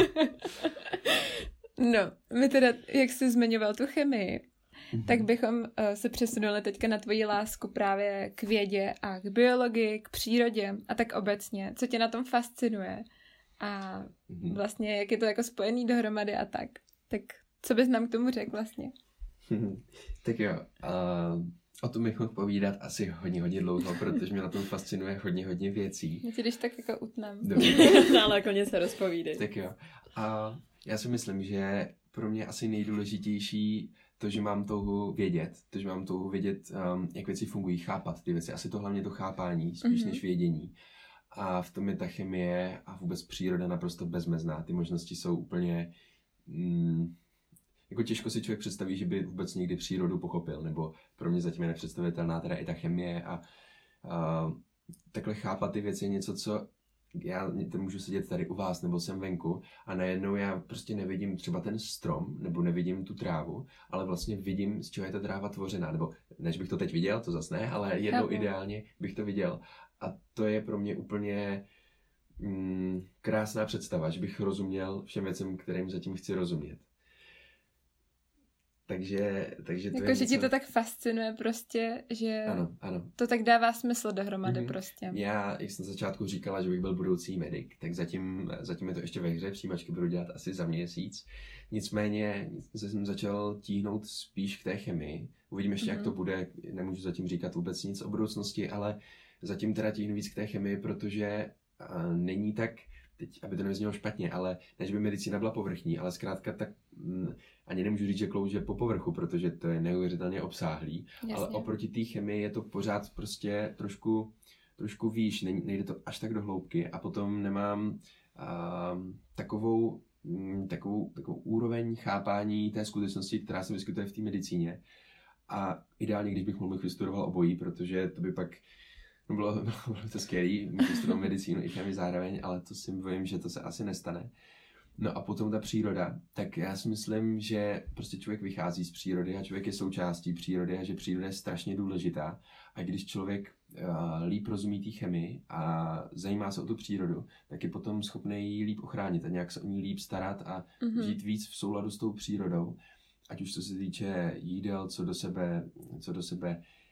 No, my teda, jak jsi zmiňoval tu chemii, tak bychom se přesunuli teďka na tvoji lásku právě k vědě a k biologii, k přírodě a tak obecně. Co tě na tom fascinuje a vlastně jak je to jako spojený dohromady a tak. Tak co bys nám k tomu řekl vlastně? Tak jo, o tom bych mohl povídat asi hodně dlouho, protože mě na tom fascinuje hodně věcí. Já ti když tak jako utnem. Ale jako něco rozpovídej. Tak jo. A já si myslím, že pro mě asi nejdůležitější to, že mám touhu vědět, jak věci fungují, chápat ty věci. Asi to hlavně to chápání, spíš než vědění. A v tom je ta chemie a vůbec příroda naprosto bezmezná. Ty možnosti jsou úplně... jako těžko si člověk představí, že by vůbec někdy přírodu pochopil, nebo pro mě zatím je nepředstavitelná teda i ta chemie a takhle chápat ty věci je něco, co já můžu sedět tady u vás nebo jsem venku a najednou já prostě nevidím třeba ten strom nebo nevidím tu trávu, ale vlastně vidím, z čeho je ta tráva tvořená, nebo než bych to teď viděl, to zas ne, ale jednou ideálně bych to viděl a to je pro mě úplně krásná představa, že bych rozuměl všem věcem, kterým zatím chci rozumět. Takže to jako, je že něco... ti to tak fascinuje prostě, že ano. to tak dává smysl dohromady prostě. Já, jak jsem na začátku říkala, že bych byl budoucí medic, tak zatím je to ještě ve hře, přijímačky budu dělat asi za měsíc. Nicméně jsem začal tíhnout spíš k té chemii. Uvidíme ještě, jak to bude, nemůžu zatím říkat vůbec nic o budoucnosti, ale zatím teda tíhnu víc k té chemii, protože není tak, teď, aby to nevyznělo špatně, ale než by medicína byla povrchní, ale zkrátka tak ani nemůžu říct, že klouže po povrchu, protože to je neuvěřitelně obsáhlý, Jasně. Ale oproti té chemii je to pořád prostě trošku výš, nejde to až tak do hloubky a potom nemám takovou úroveň chápání té skutečnosti, která se vyskytuje v té medicíně. A ideálně, když bych mohl, vystudoval obojí, protože to by pak bylo to skvělý, můžu studovat medicínu i chemii zároveň, ale to si bojím, že to se asi nestane. No a potom ta příroda, tak já si myslím, že prostě člověk vychází z přírody a člověk je součástí přírody a že příroda je strašně důležitá. A když člověk líp rozumí té chemii a zajímá se o tu přírodu, tak je potom schopný ji líp ochránit a nějak se o ní líp starat a žít víc v souladu s tou přírodou. Ať už co se týče jídel, co do sebe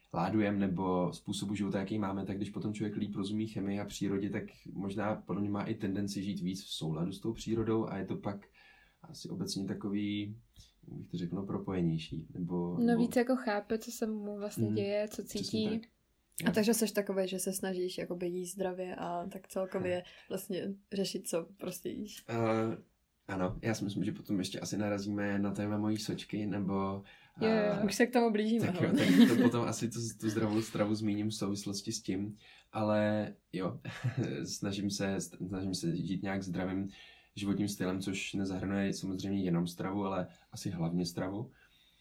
ládujeme nebo způsobu života, jaký máme, tak když potom člověk líp rozumí chemii a přírodě, tak možná podle mě má i tendenci žít víc v souladu s tou přírodou a je to pak asi obecně takový, jak bych to řekl, propojenější. Nebo víc jako chápe, co se mu vlastně děje, co cítí. A takže jsi takový, že se snažíš jakoby jíst zdravě a tak celkově vlastně řešit, co prostě jíš. Ano, já si myslím, že potom ještě asi narazíme na téma mojí sočky, nebo... Už se k tomu blížíme. Tak to potom asi tu zdravou stravu zmíním v souvislosti s tím, ale jo, snažím se žít nějak zdravým životním stylem, což nezahrnuje samozřejmě jenom stravu, ale asi hlavně stravu.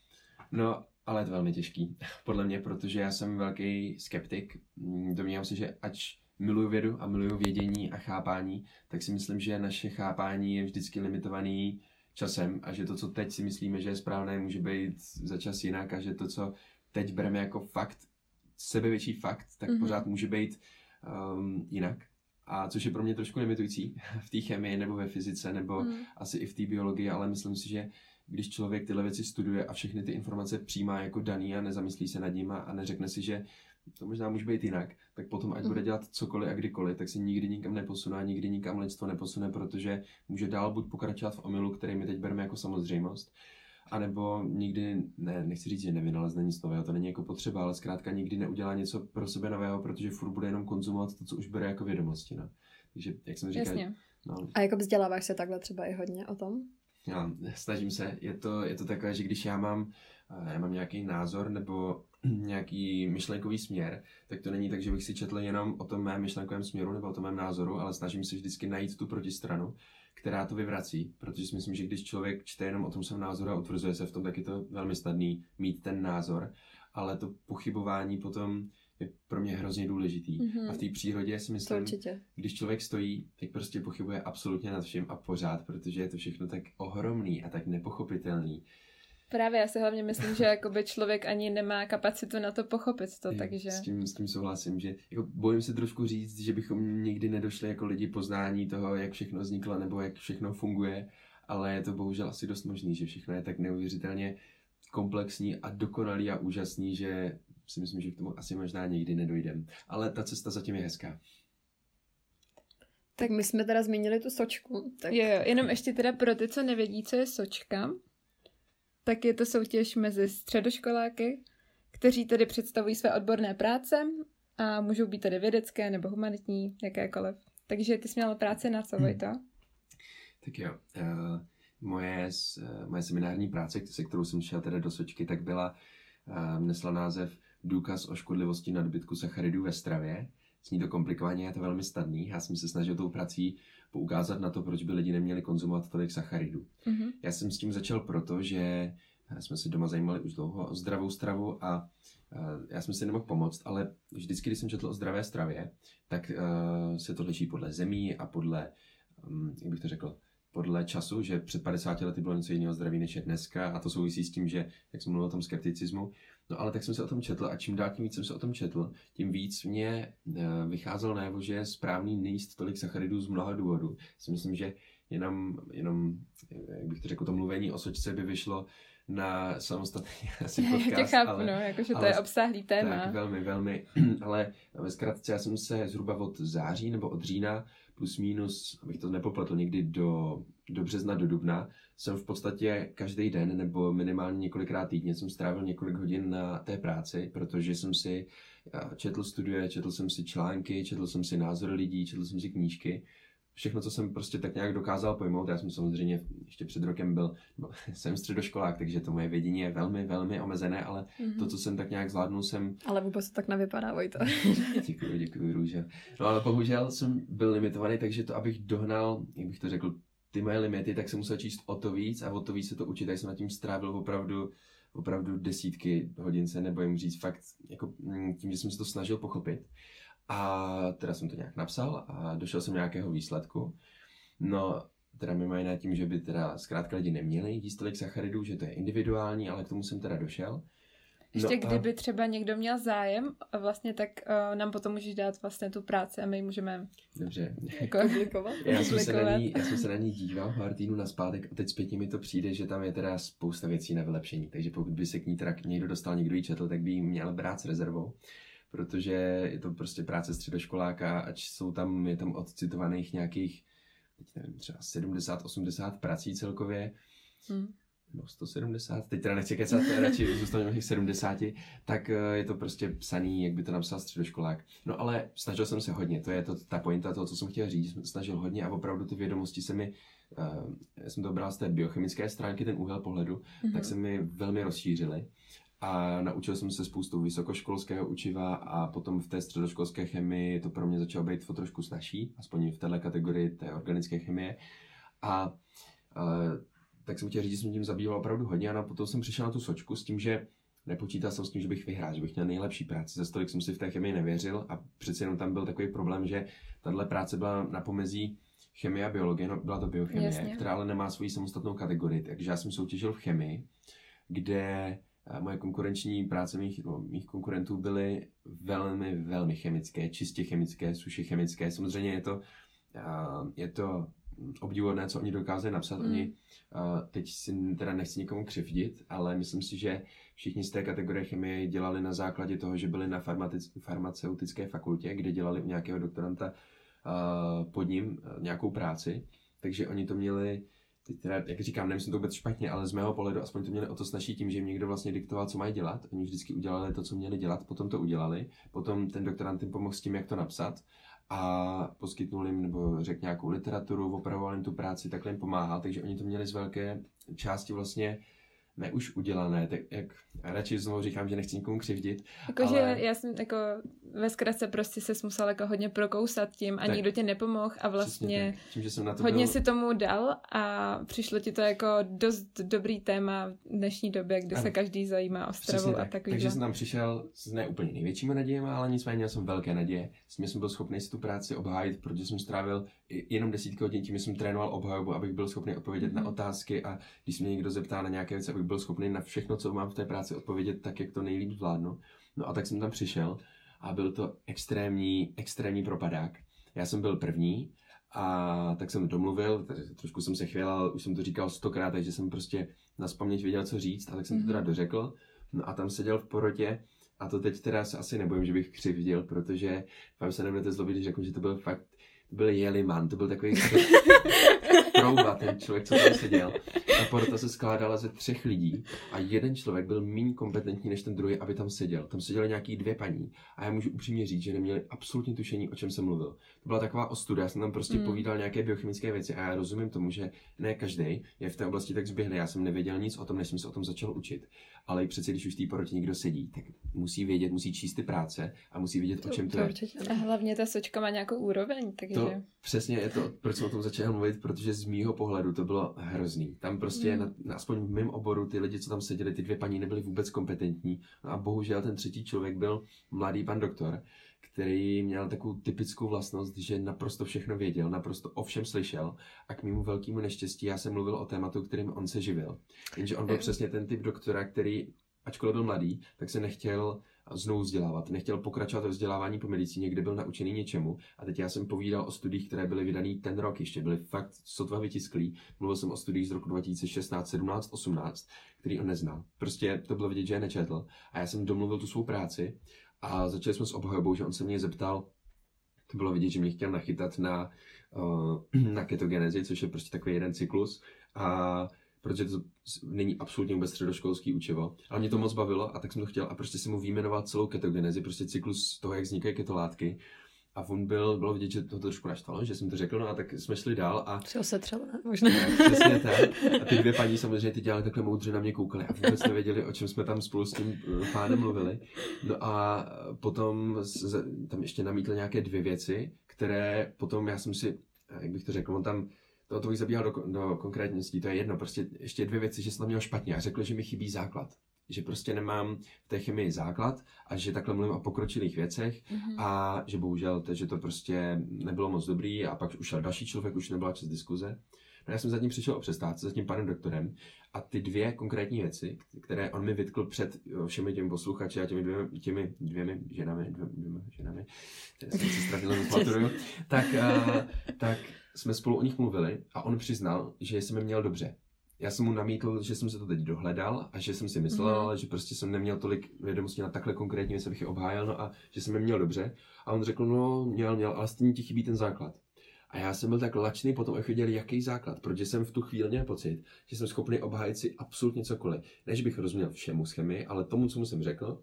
No, ale je to velmi těžký, podle mě, protože já jsem velký skeptik. Domnívám se, že ač miluju vědu a miluju vědění a chápání, tak si myslím, že naše chápání je vždycky limitovaný časem a že to, co teď si myslíme, že je správné, může být za čas jinak a že to, co teď bereme jako fakt, sebevětší fakt, tak pořád může být jinak. A což je pro mě trošku limitující v té chemii nebo ve fyzice nebo asi i v té biologii, ale myslím si, že když člověk tyhle věci studuje a všechny ty informace přijímá jako daný a nezamyslí se nad nima a neřekne si, že to možná může být jinak, tak potom ať bude dělat cokoliv a kdykoliv, tak se nikdy nikam neposune a nikdy nikam lidstvo neposune, protože může dál buď pokračovat v omylu, který my teď bereme jako samozřejmost, anebo nikdy, nechci říct, že nevynalezne nic nového, to není jako potřeba, ale zkrátka nikdy neudělá něco pro sebe nového, protože furt bude jenom konzumovat to, co už bere jako vědomosti. No. Takže, jak jsem říkal... No. A jako vzděláváš se takhle třeba i hodně o tom? Já snažím se, je to takové, že když já mám nějaký názor nebo nějaký myšlenkový směr, tak to není tak, že bych si četl jenom o tom mém myšlenkovém směru nebo o tom mém názoru, ale snažím se vždycky najít tu protistranu, která to vyvrací, protože si myslím, že když člověk čte jenom o tom svém názoru a utvrzuje se v tom, tak je to velmi snadný mít ten názor, ale to pochybování potom je pro mě hrozně důležitý. A v té přírodě si myslím, když člověk stojí, tak prostě pochybuje absolutně nad vším a pořád, protože je to všechno tak ohromný a tak nepochopitelný. Právě já si hlavně myslím, že jakoby člověk ani nemá kapacitu na to pochopit to, takže... S tím souhlasím, že jako bojím se trošku říct, že bychom nikdy nedošli jako lidi poznání toho, jak všechno vzniklo nebo jak všechno funguje, ale je to bohužel asi dost možný, že všechno je tak neuvěřitelně komplexní a dokonalý a úžasný, že si myslím, že k tomu asi možná nikdy nedojdem. Ale ta cesta zatím je hezká. Tak my jsme teda zmínili tu sočku. Tak... Jo, jenom ještě teda pro ty, co nevědí, co je sočka, tak je to soutěž mezi středoškoláky, kteří tedy představují své odborné práce a můžou být tedy vědecké nebo humanitní, jakékoliv. Takže ty jsi měla práce na co, Vojto? Tak jo, moje seminární práce, se kterou jsem šel teda do sočky, tak nesla název Důkaz o škodlivosti nadbytku sacharidů ve stravě. Zní to komplikovaně, je to velmi snadný. Já jsem se snažil tou prací poukázat na to, proč by lidi neměli konzumovat tolik sacharidů. Já jsem s tím začal proto, že jsme se doma zajímali už dlouho o zdravou stravu a já jsem si nemohl pomoct, ale vždycky, když jsem četl o zdravé stravě, tak se to liší podle zemí a podle, jak bych to řekl, podle času, že před 50 lety bylo něco jiného zdraví než je dneska a to souvisí s tím, že, jak jsem mluvil o tom skepticismu, no ale tak jsem se o tom četl a čím dál tím víc jsem se o tom četl, tím víc mě vycházelo najevo, že je správný nejíst tolik sacharidů z mnoha důvodů. Si myslím, že jenom, jak bych to řekl, to mluvení o sočce by vyšlo na samostatný asi podcast. Já tě chápu, jakože to je obsáhlý téma. Tak, velmi, ale ve zkratce já jsem se zhruba od září nebo od října plus minus, abych to nepopletl, někdy do března, do dubna, jsem v podstatě každý den nebo minimálně několikrát týdně jsem strávil několik hodin na té práci, protože jsem si četl studie, četl jsem si články, četl jsem si názory lidí, četl jsem si knížky. Všechno, co jsem prostě tak nějak dokázal pojmout. Já jsem samozřejmě ještě před rokem jsem středoškolák, takže to moje vědění je velmi, velmi omezené, ale to, co jsem tak nějak zvládnul, jsem... Ale vůbec to tak nevypadá, Vojto. Děkuji, Růže. No ale bohužel jsem byl limitovaný, takže to, abych dohnal, jak bych to řekl, ty moje limity, tak jsem musel číst o to víc a o to víc se to učit. Tak jsem nad tím strávil opravdu desítky hodin, se nebojím říct, fakt jako tím, že jsem se to snažil pochopit. A teda jsem to nějak napsal a došel jsem nějakého výsledku. No, teda mimo jiné tím, že by teda zkrátka lidi neměli jíst tolik sacharidů, že to je individuální, ale k tomu jsem teda došel. Ještě kdyby třeba někdo měl zájem, vlastně tak nám potom můžeš dát vlastně tu práci a my ji můžeme Dobře. Jako publikovat. Já jsem se na ní díval pár týdnů nazpátek a teď zpětně mi to přijde, že tam je teda spousta věcí na vylepšení, takže pokud by se k ní teda někdo dostal, někdo ji četl, tak by ji měl brát s rezervou, protože je to prostě práce středoškoláka, ať je tam odcitovaných nějakých, teď nevím, třeba 70-80 prací celkově, no 170, teď teda nechci kecat, radši zůstanu na těch 70, tak je to prostě psaný, jak by to napsal středoškolák. No ale snažil jsem se hodně, to je ta pointa toho, co jsem chtěl říct, snažil hodně a opravdu ty vědomosti se mi, já jsem to bral z té biochemické stránky, ten úhel pohledu, tak se mi velmi rozšířily. A naučil jsem se spoustu vysokoškolského učiva a potom v té středoškolské chemii to pro mě začalo být trošku snazší, aspoň v téhle kategorii té organické chemie. A tak jsem chtěl říct, že jsem tím zabýval opravdu hodně a potom jsem přišel na tu sočku s tím, že nepočítal jsem s tím, že bych vyhrál, že bych měl nejlepší práci. Za stolik jsem si v té chemii nevěřil a přece jenom tam byl takový problém, že tahle práce byla na pomezí chemie a biologie, no byla to biochemie, Jasně. která ale nemá svoji samostatnou kategorii, takže já jsem soutěžil v chemii, kde moje konkurenční práce mých konkurentů byly velmi, velmi chemické, čistě chemické, suše chemické. Samozřejmě je to obdivuhodné, co oni dokázali napsat. Oni, teď si teda nechci nikomu křivdit, ale myslím si, že všichni z té kategorie chemie dělali na základě toho, že byli na farmaceutické fakultě, kde dělali u nějakého doktoranta pod ním nějakou práci. Takže oni to měli, teď teda, jak říkám, nemyslím to vůbec špatně, ale z mého pohledu aspoň to měli o to snažší tím, že jim někdo vlastně diktoval, co mají dělat. Oni vždycky udělali to, co měli dělat, potom to udělali, potom ten doktorant jim pomohl s tím, jak to napsat a poskytnul jim nebo řekl nějakou literaturu, opravoval jim tu práci, takhle jim pomáhal, takže oni to měli z velké části vlastně ne už udělané, tak jak radši znovu říkám, že nechci nikomu křivdit. Jakože já jsem jako ve zkratce prostě se musel jako hodně prokousat tím a tak, nikdo ti nepomohl a vlastně tím, že jsem na to hodně si tomu dal a přišlo ti to jako dost dobrý téma v dnešní době, kdy se každý zajímá o stravu a takový. Takže jsem tam přišel s ne úplně největšími nadějemi, ale nicméně měl jsem velké naděje. S tím jsem byl schopný si tu práci obhájit, protože jsem strávil jenom 10 hodin tím, že jsem trénoval obhajobu, abych byl schopný odpovědět na otázky a když se mě někdo zeptá na nějaké věci, abych byl schopný na všechno, co mám v té práci, odpovědět tak, jak to nejlíp zvládnu. No a tak jsem tam přišel a byl to extrémní propadák. Já jsem byl první a tak jsem domluvil, trošku jsem se chvělal, už jsem to říkal 100krát, takže jsem prostě nazpaměť věděl, co říct, a tak jsem to teda dořekl. No a tam seděl v porotě a to teď teda se asi nebojím, že bych křivdil, protože vám se nebudete zlobit, když řeknu, že to byl fakt, to byl jeliman, to byl takový trouba, ten člověk, co tam seděl. Ta porota se skládala ze 3 lidí a jeden člověk byl méně kompetentní než ten druhý, aby tam seděl. Tam seděly nějaký 2 paní a já můžu upřímně říct, že neměli absolutně tušení, o čem jsem mluvil. To byla taková ostuda, já jsem tam prostě povídal nějaké biochemické věci a já rozumím tomu, že ne každý je v té oblasti tak zběhlý. Já jsem nevěděl nic o tom, než jsem se o tom začal učit. Ale i přece, když už v té porotě někdo sedí, tak musí vědět, musí číst ty práce a musí vědět, o čem to je. A hlavně ta sočka má nějakou úroveň, takže... To přesně je to, proč jsem o tom začal mluvit, protože z mýho pohledu to bylo hrozný. Tam prostě, aspoň v mém oboru, ty lidi, co tam seděli, ty 2 paní nebyly vůbec kompetentní. No a bohužel ten 3. člověk byl mladý pan doktor, který měl takovou typickou vlastnost, že naprosto všechno věděl, naprosto o všem slyšel a k mému velkému neštěstí já jsem mluvil o tématu, kterým on se živil. Jenže on byl přesně ten typ doktora, který, ačkoliv byl mladý, tak se nechtěl znovu vzdělávat, nechtěl pokračovat ve vzdělávání po medicíně, kde byl naučený něčemu. A teď já jsem povídal o studiích, které byly vydané ten rok ještě, byly fakt sotva vytisklý. Mluvil jsem o studiích z roku 2016, 17, 18, který on neznal. Prostě to bylo vidět, že je nečetl. A já jsem domluvil tu svou práci a začali jsme s obhajobou, že on se mě zeptal, to bylo vidět, že mě chtěl nachytat na ketogenezi, což je prostě takový jeden cyklus. A protože to není absolutně vůbec středoškolský učivo. Ale mě to moc bavilo a tak jsem to chtěl a prostě jsem mu vyjmenoval celou ketogenezi, prostě cyklus toho, jak vznikají ketolátky. A on bylo vidět, že to trošku naštvalo, že jsem to řekl, no a tak jsme šli dál a... Třeba se třeba, ne? Možná. Přesně tak. A ty 2 paní samozřejmě ty dělali takhle moudře na mě koukali a vůbec nevěděli, o čem jsme tam spolu s tím pánem mluvili. No a potom tam ještě namítl nějaké 2 věci, které potom já jsem si, jak bych to řekl, on tam to bych zabíhal do konkrétností, to je jedno, prostě ještě 2 věci, že jsem tam měl špatně a řekl, že mi chybí základ. Že prostě nemám v té chemii základ a že takhle mluvím o pokročilých věcech a že bohužel, že to prostě nebylo moc dobrý a pak už šel další člověk, už nebyla čas diskuze. A já jsem za ním přišel o přestávce, za tím panem doktorem a ty 2 konkrétní věci, které on mi vytkl před všemi těmi posluchači a těmi dvěma ženami, které jsem si ztratil nepamatuju, tak jsme spolu o nich mluvili a on přiznal, že jsem je měl dobře. Já jsem mu namítl, že jsem se to teď dohledal a že jsem si myslel, že prostě jsem neměl tolik vědomostí na takhle konkrétní věc, abych je obhájil, no a že jsem je měl dobře. A on řekl, no měl, ale stejně ti chybí ten základ. A já jsem byl tak lačný potom, jak viděli, jaký základ, protože jsem v tu chvíli měl pocit, že jsem schopný obhájit si absolutně cokoliv. Než bych rozuměl všemu z chemii, ale tomu, co jsem řekl,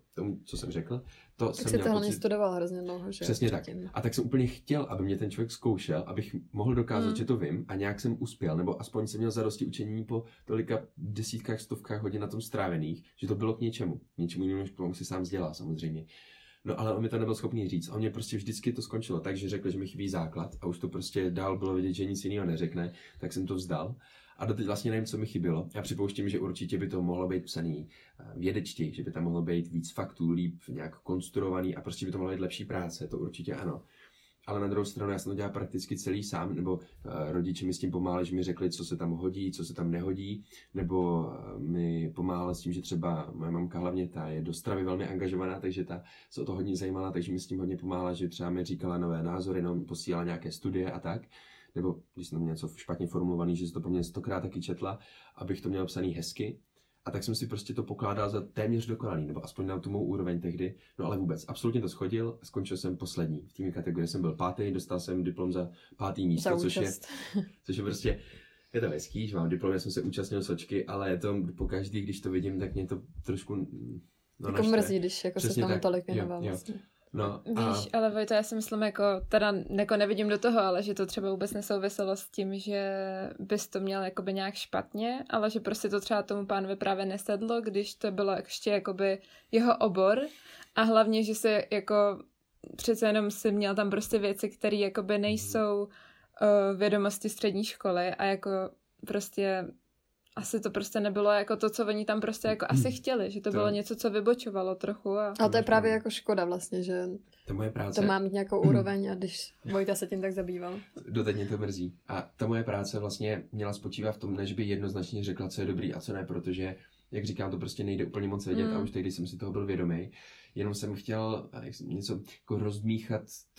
to tak jsem měl měl hlavně pocit. studoval hrozně dlouho, že? Přesně tak. A tak jsem úplně chtěl, aby mě ten člověk zkoušel, abych mohl dokázat, že to vím a nějak jsem uspěl, nebo aspoň jsem měl zadosti učení po tolika desítkách, stovkách hodin na tom strávených, že to bylo k něčemu. Něčemu jinému, než si sám dělal samozřejmě. No ale on mi to nebyl schopný říct. On mě prostě vždycky to skončilo tak, že řekl, že mi chybí základ a už to prostě dál bylo vidět, že nic jiného neřekne, tak jsem to vzdal. A doteď vlastně nevím, co mi chybělo. Já připouštím, že určitě by to mohlo být psaný vědečtěji, že by tam mohlo být víc faktů, líp nějak konstruovaný a prostě by to mohlo být lepší práce, to určitě ano. Ale na druhou stranu já jsem to dělal prakticky celý sám, nebo rodiče mi s tím pomáhali, že mi řekli, co se tam hodí, co se tam nehodí, nebo mi pomáhala s tím, že třeba moje mamka hlavně ta je do stravy velmi angažovaná, takže ta se o to hodně zajímala, takže mi s tím hodně pomáhala, že třeba mi říkala nové názory, no, posílala nějaké studie a tak. Nebo když jsem něco špatně formulovaný, že se to po mně 100krát taky četla, abych to měl psaný hezky. A tak jsem si prostě to pokládal za téměř dokonalý, nebo aspoň na tu mou úroveň tehdy. No ale vůbec, absolutně to shodil a skončil jsem poslední. V té kategorii jsem byl 5., dostal jsem diplom za 5. místo, což je prostě, je to hezký, že mám diplom, já jsem se účastnil sočky, ale je to pokaždý, když to vidím, tak mě to trošku jako mrzí, když jako se tam tolik věnoval vlastně. No, víš, ale Vojto, já si myslím, jako nevidím do toho, ale že to třeba vůbec nesouviselo s tím, že bys to měl jakoby nějak špatně, ale že prostě to třeba tomu pánovi právě nesedlo, když to bylo ještě jakoby jeho obor a hlavně, že se jako přece jenom si měl tam prostě věci, které jakoby nejsou vědomosti střední školy a jako prostě asi to prostě nebylo jako to, co oni tam prostě jako asi chtěli, že to bylo něco, co vybočovalo trochu. A to je právě jako škoda vlastně, že to moje práce to má mít nějakou úroveň a když Vojta se tím tak zabýval. Doteď mě to mrzí. A ta moje práce vlastně měla spočívat v tom, než by jednoznačně řekla, co je dobrý a co ne, protože, jak říkám, to prostě nejde úplně moc vědět a už tehdy jsem si toho byl vědomý. Jenom jsem chtěl něco jako rozdmíchat to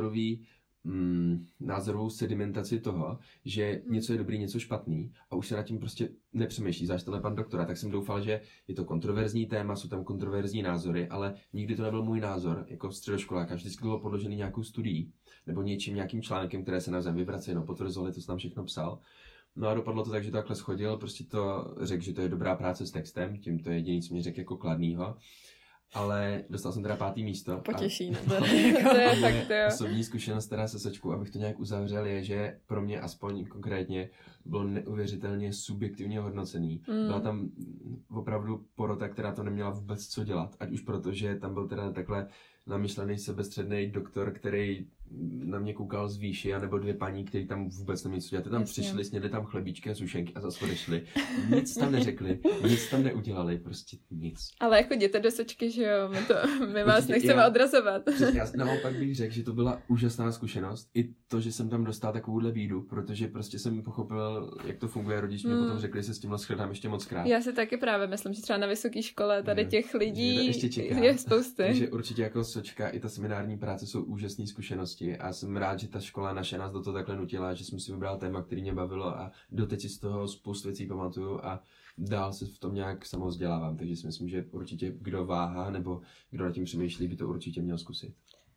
názorovou sedimentaci toho, že něco je dobrý, něco špatný a už se nad tím prostě nepřemýšlí. Zvlášť tenhle pan doktora, tak jsem doufal, že je to kontroverzní téma, jsou tam kontroverzní názory, ale nikdy to nebyl můj názor, jako středoškoláka. Vždycky bylo podložený nějakou studií nebo nějakým článkem, které se navzájem vyvrací, potvrzovali, to jsem tam všechno psal. No a dopadlo to tak, že to takhle schodil, prostě to řekl, že to je dobrá práce s textem, tím to je jediný, co mě řekl jako kladnýho. Ale dostal jsem teda 5. místo. Potěší, to je fakt, jo. Osobní zkušenost teda se sočkou, abych to nějak uzavřel, je, že pro mě aspoň konkrétně bylo neuvěřitelně subjektivně hodnocený. Byla tam opravdu porota, která to neměla vůbec co dělat, ať už proto, že tam byl teda takhle namyšlený sebestředný doktor, který na mě koukal z výši, anebo 2 paní, kteří tam vůbec neměli co dělat. Tam přišli, snědli tam chlebíčky a sušenky a zase odešli. Nic tam neřekli, nic tam neudělali, prostě nic. Ale jako jděte do sočky, že jo, my vás nechceme odrazovat. Já naopak bych řekl, že to byla úžasná zkušenost. I to, že jsem tam dostal takovouhle bídu, protože prostě jsem pochopil, jak to funguje. Rodiče mi potom řekli, že se s tímhle shledám ještě moc krát. Já si taky právě myslím, že třeba na vysoké škole tady těch lidí je spousty. Takže určitě jako sočka i ta seminární práce jsou úžasné zkušenosti. A jsem rád, že ta škola naše nás do toho takhle nutila, že jsem si vybral téma, který mě bavilo a doteď si z toho spoustu věcí pamatuju a dál se v tom nějak samozdělávám. Takže si myslím, že určitě kdo váhá nebo kdo nad tím přemýšlí, by to určitě měl zkusit.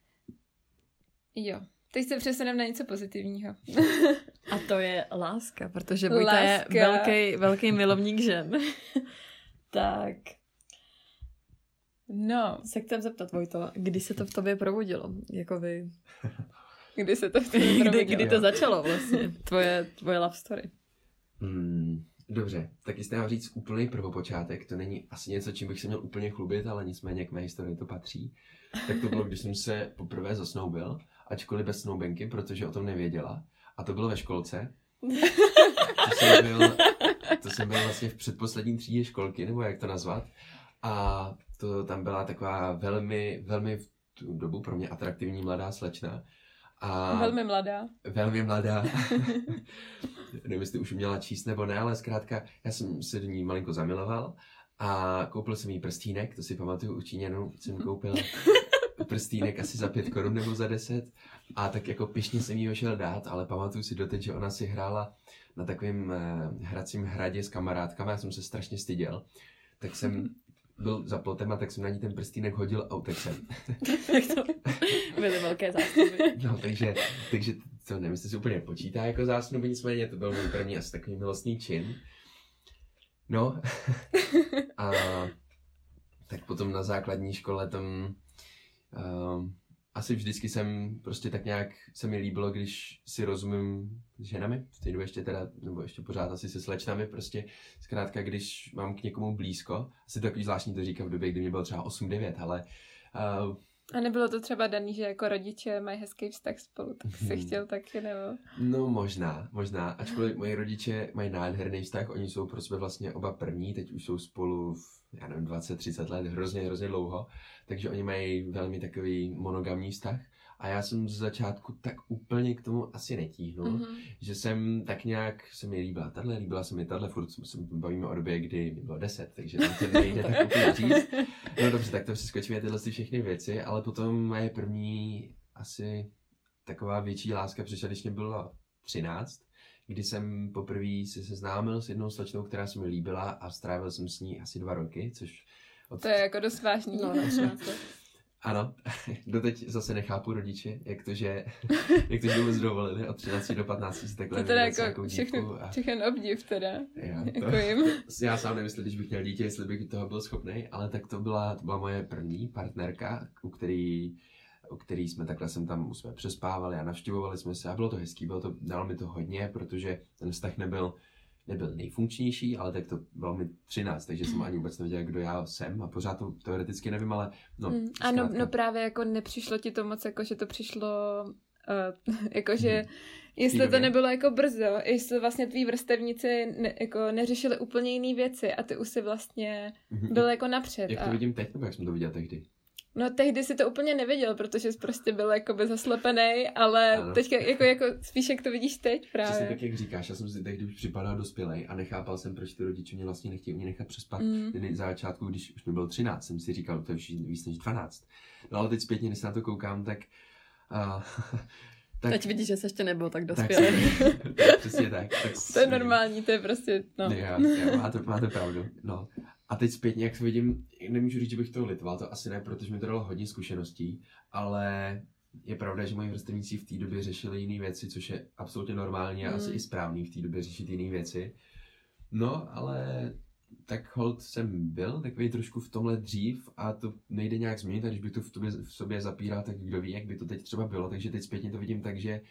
Jo. Teď se přesuneme na něco pozitivního. A to je láska, protože Vojta je velký milovník žen. Tak. No. Se chcem zeptat, Vojto, kdy se to v tobě probudilo? Jakoby... Kdy se to v tobě probudilo? Kdy to začalo vlastně? Tvoje love story. Dobře, tak jestli mám říct úplný prvopočátek, to není asi něco, čím bych se měl úplně chlubit, ale nicméně k mé historii to patří. Tak to bylo, když jsem se poprvé zasnoubil, ačkoliv bez snoubenky, protože o tom nevěděla. A to bylo ve školce. To jsem byl vlastně v předposlední třídě školky, nebo jak to nazvat. A to tam byla taková velmi, velmi v tu dobu pro mě atraktivní mladá slečna. A velmi mladá. Velmi mladá. Nevím, jestli už uměla číst nebo ne, ale zkrátka já jsem se do ní malinko zamiloval a koupil jsem jí prstínek, to si pamatuju u Číňanů, jsem koupil prstínek asi za 5 korun nebo za 10 a tak jako pyšně jsem jí ho šel dát, ale pamatuju si doteď, že ona si hrála na takovém hracím hradě s kamarádkama, já jsem se strašně styděl, tak jsem byl za plotem a tak jsem na ní ten prstínek hodil a utekl jsem. Tak to byly velké zásluhy. No, takže to nevím, jestli se úplně počítá jako zásnuby, nicméně to byl můj první asi takový milostný čin. No, a tak potom na základní škole tam asi vždycky jsem prostě tak nějak se mi líbilo, když si rozumím s ženami, v té době ještě teda, nebo ještě pořád asi se slečnami, prostě zkrátka, když mám k někomu blízko, asi takový zvláštní to říkám v době, kdy mě bylo třeba 8-9, ale... A nebylo to třeba daný, že jako rodiče mají hezký vztah spolu, tak jsi chtěl taky, nebo? No možná, ačkoliv moji rodiče mají nádherný vztah, oni jsou pro sebe vlastně oba první, teď už jsou spolu já nevím, 20-30 let, hrozně dlouho, takže oni mají velmi takový monogamní vztah a já jsem z začátku tak úplně k tomu asi netíhnul, že jsem tak nějak, se mi líbila se mi tahle, furt se bavíme o době, kdy mi bylo 10, takže to nejde tak úplně říct. No dobře, tak to přeskočíme tyhle všechny věci, ale potom moje první asi taková větší láska přišla, když mě bylo 13, kdy jsem poprvé se seznámil s jednou slečnou, která se mi líbila a strávil jsem s ní asi 2 roky, což... To je jako dost vážný. No, ano, doteď zase nechápu rodiče, jak to, že vůbec dovolili od 13 do 15 si takhle to teda jako všechno obdiv teda. Já sám nevím, když bych měl dítě, jestli bych toho byl schopný, ale tak to byla moje první partnerka, u který jsme takhle jsme přespávali a navštěvovali jsme se a bylo to hezký, dalo mi to hodně, protože ten vztah nebyl nejfunkčnější, ale tak to bylo mi 13, takže jsem ani vůbec nevěděl, kdo já jsem a pořád to teoreticky nevím, ale no. No právě jako nepřišlo ti to moc, jako že to přišlo, jakože jestli to nebylo jako brzo, jestli vlastně tví vrstevníci jako neřešili úplně jiné věci a ty už si vlastně byl jako napřed. Jak to vidím teď, nebo jak jsem to viděl tehdy? No tehdy si to úplně neviděl, protože jsi prostě byl jakoby zaslepenej, ale ano. Teďka jako spíš jak to vidíš teď právě. Přesně tak, jak říkáš, já jsem si tehdy už připadal dospělej a nechápal jsem, proč ty rodiče mě vlastně nechtějí mě nechat přespat. Na začátku, když už mi bylo 13, jsem si říkal, to je už víc než 12. No ale teď zpětně, když se na to koukám, tak... Teď vidíš, že jsi ještě nebyl tak dospělý. Přesně tak. To je normální, to je prostě, no. Máte pravdu, no. A teď zpětně, jak to vidím, nemůžu říct, že bych toho litoval, to asi ne, protože mi to dalo hodně zkušeností, ale je pravda, že moji vrstevníci v té době řešili jiné věci, což je absolutně normální a asi i správný v té době řešit jiné věci. No, ale tak holt jsem byl takový trošku v tomhle dřív a to nejde nějak změnit, a když bych to v sobě zapíral, tak kdo ví, jak by to teď třeba bylo, takže teď zpětně to vidím tak, že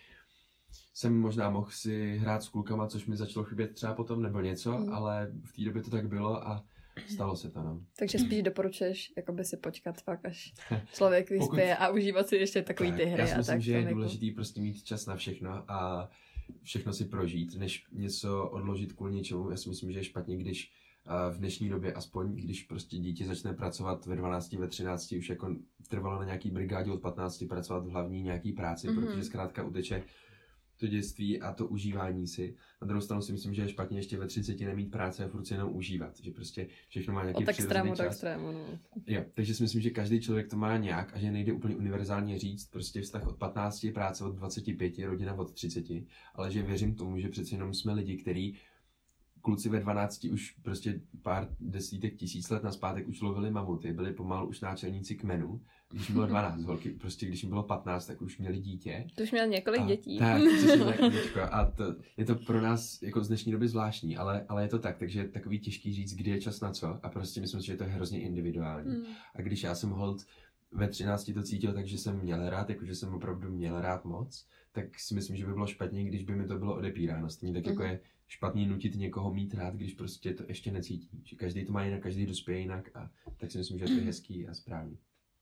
jsem možná mohl si hrát s klukama, což mi začalo chybět třeba potom nebo něco, ale v té době to tak bylo a stalo se to, no. Takže spíš doporučuješ jakoby si počkat fakt, až člověk vyspěje a užívat si ještě takový ty hry. Já si myslím, že je důležitý prostě mít čas na všechno a všechno si prožít, než něco odložit kvůli něčemu. Já si myslím, že je špatně, když v dnešní době aspoň, když prostě dítě začne pracovat ve 12, ve 13, už jako trvalo na nějaký brigádě od 15 pracovat v hlavní nějaký práci, protože zkrátka uteče to dětství a to užívání si. Na druhou stranu si myslím, že je špatně ještě ve 30 nemít práce a furt si jenom užívat, že prostě všechno má nějaký přirozený čas. Extrému, no. Jo, takže si myslím, že každý člověk to má nějak a že nejde úplně univerzálně říct, prostě vztah od 15, práce od 25, rodina od 30, ale že věřím tomu, že přeci jenom jsme lidi, kteří kluci ve 12 už prostě pár desítek tisíc let nazpátek už lovili mamuty, byli pomalu už náčelníci kmenu. Když bylo 12 holky, prostě když jim bylo 15, tak už měli dítě. To už měl několik dětí. Tak, přesně tak, a je to pro nás jako z dnešní doby zvláštní, ale je to tak, takže je takový těžký říct, kdy je čas na co a prostě myslím si, že to je hrozně individuální. A když já jsem holt ve 13 to cítil, takže jsem měl rád, jakože jsem opravdu měl rád moc, tak si myslím, že by bylo špatně, když by mi to bylo odepíráno. Stejně tak jako je špatný nutit někoho mít rád, když prostě to ještě necítí. Že každý to má jinak, každý dospěje jinak a tak si myslím, že to je hezký a správný.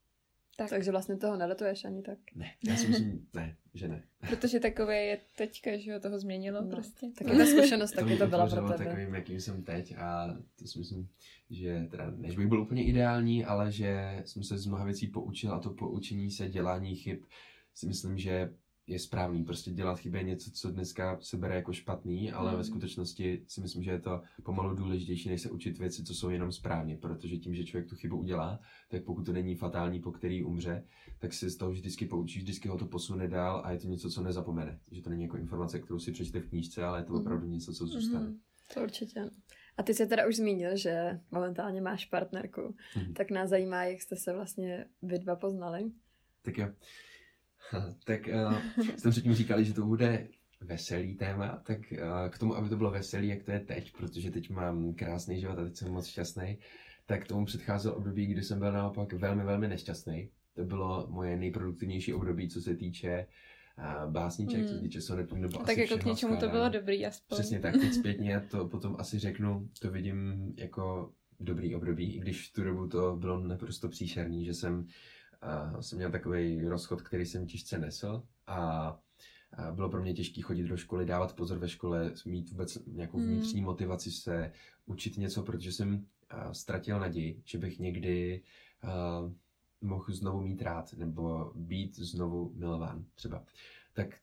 Takže vlastně toho neletuješ ani tak? Ne, já si myslím, že ne. Protože takové je teďka, že toho změnilo prostě. Taky ta zkušenost taky to byla pro tebe. Takovým, jakým jsem teď a to si myslím, že teda, než bych byl úplně ideální, ale že jsem se z mnoha věcí poučil a to poučení se, dělání chyb, si myslím, že je správný. Prostě dělat chyby je něco, co dneska se bere jako špatný, ale ve skutečnosti si myslím, že je to pomalu důležitější, než se učit věci, co jsou jenom správně, protože tím, že člověk tu chybu udělá, tak pokud to není fatální, po který umře, tak se z toho vždycky poučí, vždycky ho to posune dál a je to něco, co nezapomene. Že to není jako informace, kterou si přečte v knížce, ale je to opravdu něco, co zůstane. To určitě. A ty jsi teda už zmínil, že momentálně máš partnerku, tak nás zajímá, jak jste se vlastně vy dva poznali. Tak jo. Tak jsem předtím říkali, že to bude veselý téma, tak k tomu, aby to bylo veselý, jak to je teď, protože teď mám krásný život a teď jsem moc šťastný, tak tomu předcházel období, kdy jsem byl naopak velmi, velmi nešťastný. To bylo moje nejproduktivnější období, co se týče básníček, co se týče sonetů nebo tak asi jako k něčemu to bylo dobrý aspoň. Přesně tak, teď zpětně to potom asi řeknu, to vidím jako dobrý období, i když v tu dobu to bylo naprosto příšerný, že jsem měl takový rozchod, který jsem těžce nesl a bylo pro mě těžké chodit do školy, dávat pozor ve škole, mít vůbec nějakou vnitřní motivaci se učit něco, protože jsem ztratil naději, že bych někdy mohl znovu mít rád nebo být znovu milován třeba. Tak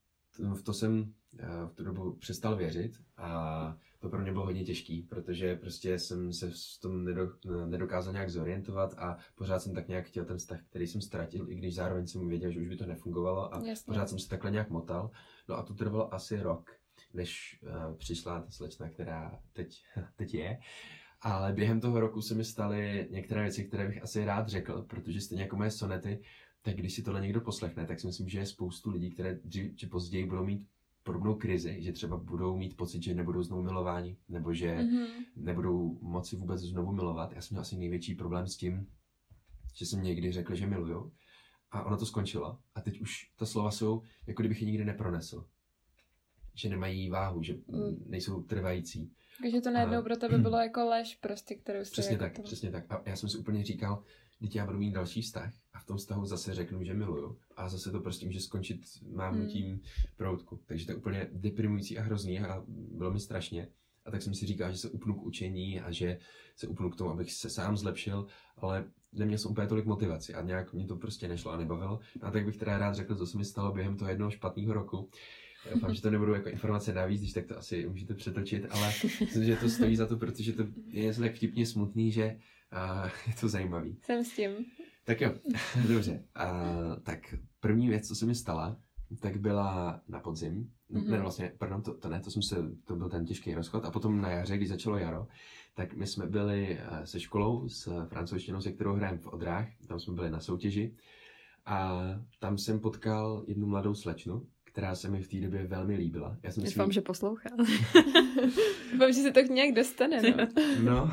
v to jsem v tu dobu přestal věřit a to pro mě bylo hodně těžký, protože prostě jsem se v tom nedokázal nějak zorientovat a pořád jsem tak nějak chtěl ten vztah, který jsem ztratil, i když zároveň jsem věděl, že už by to nefungovalo a pořád jsem se takhle nějak motal. No a to trvalo asi rok, než přišla ta slečna, která teď je. Ale během toho roku se mi staly některé věci, které bych asi rád řekl, protože stejně jako moje sonety, tak když si tohle někdo poslechne, tak si myslím, že je spoustu lidí, které dřív či později budou mít podobnou krizi, že třeba budou mít pocit, že nebudou znovu milováni, nebo že nebudou moci vůbec znovu milovat. Já jsem měl asi největší problém s tím, že jsem někdy řekl, že miluju a ono to skončilo. A teď už ta slova jsou, jako kdybych je nikdy nepronesl. Že nemají váhu, že nejsou trvající. Takže to najednou pro tebe bylo jako lež prostě, kterou jsi... Přesně tak. A já jsem si úplně říkal, teď já budu mít další vztah a v tom vztahu zase řeknu, že miluju a zase to prostě může skončit mávnutím proutku. Takže to je úplně deprimující a hrozný a bylo mi strašně. A tak jsem si říkal, že se upnu k učení a že se upnu k tomu, abych se sám zlepšil, ale neměl jsem úplně tolik motivaci a nějak mě to prostě nešlo a nebavilo. A tak bych teda rád řekl, co se mi stalo během toho jednoho špatného roku. Já doufám, že to nebudou jako informace navíc, když tak to asi můžete přetočit, ale myslím, že to stojí za to, protože to je tak vtipně smutný, že je to zajímavý. Jsem s tím. Tak jo, dobře. Tak první věc, co se mi stala, tak byla na podzim. Ne, vlastně, pardon, to byl ten těžký rozchod. A potom na jaře, když začalo jaro, tak my jsme byli se školou, s francouzštinou, se kterou hrajeme v Odrách. Tam jsme byli na soutěži. A tam jsem potkal jednu mladou slečnu, která se mi v té době velmi líbila. Doufám, že poslouchá. Doufám, že se to nějak dostane, no.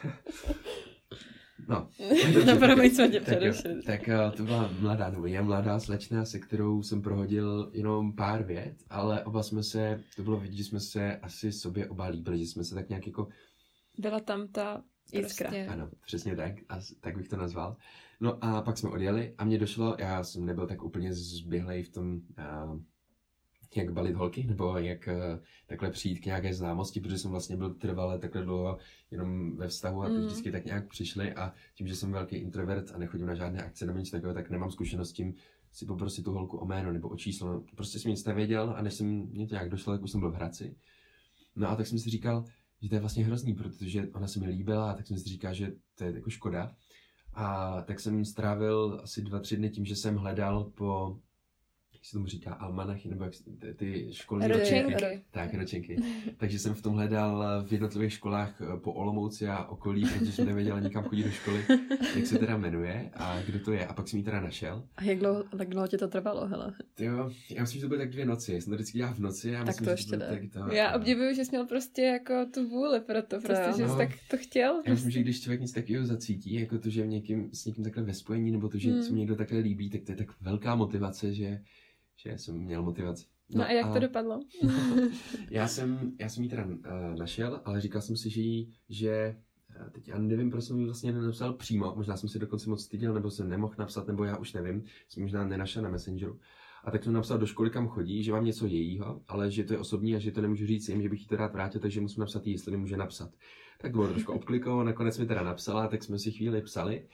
No, promiň, co tě přerušil. Tak to byla je mladá slečna, se kterou jsem prohodil jenom pár vět, ale to bylo vidět, že jsme se asi sobě oba líbili, že jsme se tak nějak jako... Byla tam ta jiskra. Prostě... Ano, přesně tak, tak bych to nazval. No a pak jsme odjeli a mně došlo, já jsem nebyl tak úplně zběhlej v tom... jak balit holky, nebo jak takhle přijít k nějaké známosti, protože jsem vlastně byl trvale takhle dlouho jenom ve vztahu a ty vždycky tak nějak přišli a tím, že jsem velký introvert a nechodím na žádné akce nebo nic takového, tak nemám zkušenost s tím si poprosit tu holku o jméno nebo o číslo. Prostě jsem nic nevěděl a než mě to nějak došlo, tak už jsem byl v Hradci. No a tak jsem si říkal, že to je vlastně hrozný, protože ona se mi líbila a tak jsem si říkal, že to je jako škoda. A tak jsem strávil asi 2-3 dny tím, že jsem hledal po jak se tomu říká, almanachy, nebo jak ty školní ročenky. Tak, ročenky. Takže jsem v tom hledal v jednotlivých školách po Olomouci a okolí, protože jsem nevěděl nikam chodit do školy, jak se teda jmenuje a kdo to je. A pak jsem ji teda našel. A jak dlouho ti to trvalo, hele? Jo, já myslím, že to byly tak 2 noci. Já jsem to vždycky dělal v noci. Tak myslím, to ještě ne. Já obdivuju, že jsi měl prostě jako tu vůli pro to, prostě, že jsi tak to chtěl. Prostě. Já myslím, že když člověk nic takového zacítí, jako to, že s někým takhle ve spojení, nebo to, že se mi někdo takhle líbí, tak to je tak velká motivace, že jsem měl motivaci. No a jak to dopadlo? já jsem ji teda našel, ale říkal jsem si, že teď já nevím, proč jsem ji vlastně nenapsal přímo, možná jsem si dokonce moc styděl, nebo jsem nemohl napsat, nebo já už nevím, jsem možná nenašel na Messengeru. A tak jsem napsal do školy, kam chodí, že mám něco jejího, ale že to je osobní a že to nemůžu říct jim, že bych jí to rád vrátil, takže musím napsat jí, jestli mi může napsat. Tak bylo trošku obklikou, nakonec mi teda napsala, tak jsme si chvíli psali.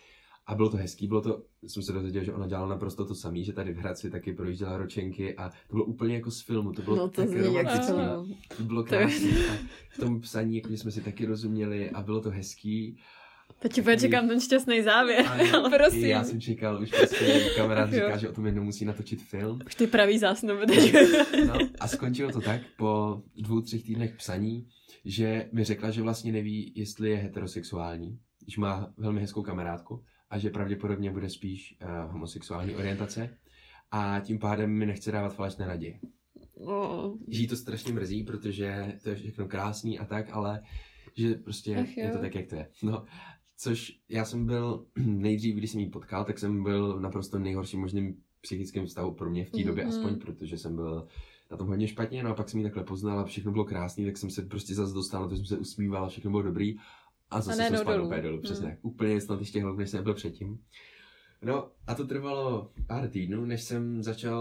A bylo to hezký, jsem se dozvěděl, že ona dělala naprosto to samé, že tady v Hradci taky projížděla ročenky a to bylo úplně jako z filmu, to bylo tak romantické, to bylo krásné a v tom psaní jako jsme si taky rozuměli a bylo to hezký. Teď úplně čekám ten šťastný závěr, ale prosím. Já jsem čekal, už prostě kamarád říká, že o tom jednou musí natočit film. Už ty pravý zásnuby. No a skončilo to tak po 2-3 týdnech psaní, že mi řekla, že vlastně neví, jestli je heterosexuální, když má velmi hezkou kamarádku a že pravděpodobně bude spíš homosexuální orientace a tím pádem mi nechce dávat falešné naděje. Že jí to strašně mrzí, protože to je všechno krásný a tak, ale že prostě je to tak, jak to je. No, což já jsem byl nejdřív, když jsem jí potkal, tak jsem byl naprosto nejhorším možným psychickým stavu pro mě v té době aspoň, protože jsem byl na tom hodně špatně, no a pak jsem ji takhle poznal a všechno bylo krásný, tak jsem se prostě zase dostal, na to jsem se usmíval, všechno bylo dobrý a zase jsem spadl úplně dolů, přesně tak. Úplně snad ještě hloub, než jsem byl předtím. No a to trvalo pár týdnů, než jsem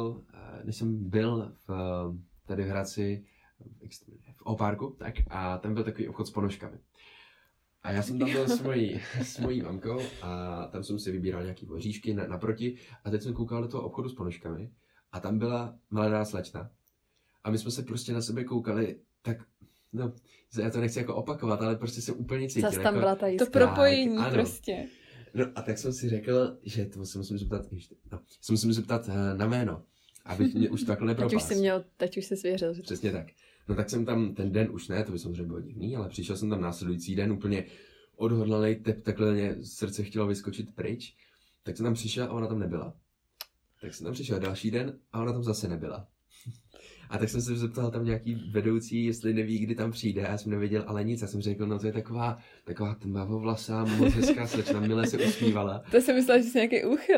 byl tady v Hradci v O-parku, tak a tam byl takový obchod s ponožkami. A já jsem tam byl s mojí mamkou a tam jsem si vybíral nějaký voříšky naproti a teď jsem koukal do toho obchodu s ponožkami a tam byla mladá slečna. A my jsme se prostě na sebe koukali, tak no, já to nechci jako opakovat, ale prostě jsem úplně cítil. Zas tam byla ta to propojení prostě. No a tak jsem si řekl, že to se musím zeptat na jméno, abych mě už takhle nepropás. Teď už jsi svěřil. Přesně tak. No tak jsem tam ten den už ne, to by samozřejmě bylo divný, ale přišel jsem tam následující den úplně odhodlaný, takhle mě srdce chtělo vyskočit pryč. Tak jsem tam přišel a ona tam nebyla. Tak jsem tam přišel další den a ona tam zase nebyla. A tak jsem se zeptal tam nějaký vedoucí, jestli neví, kdy tam přijde. A já jsem nevěděl, ale nic. Já jsem řekl, no to je taková tmavovlasá, moc hezká slečna, milé se usmívala. To jsem myslela, že jsi nějaký úchyl.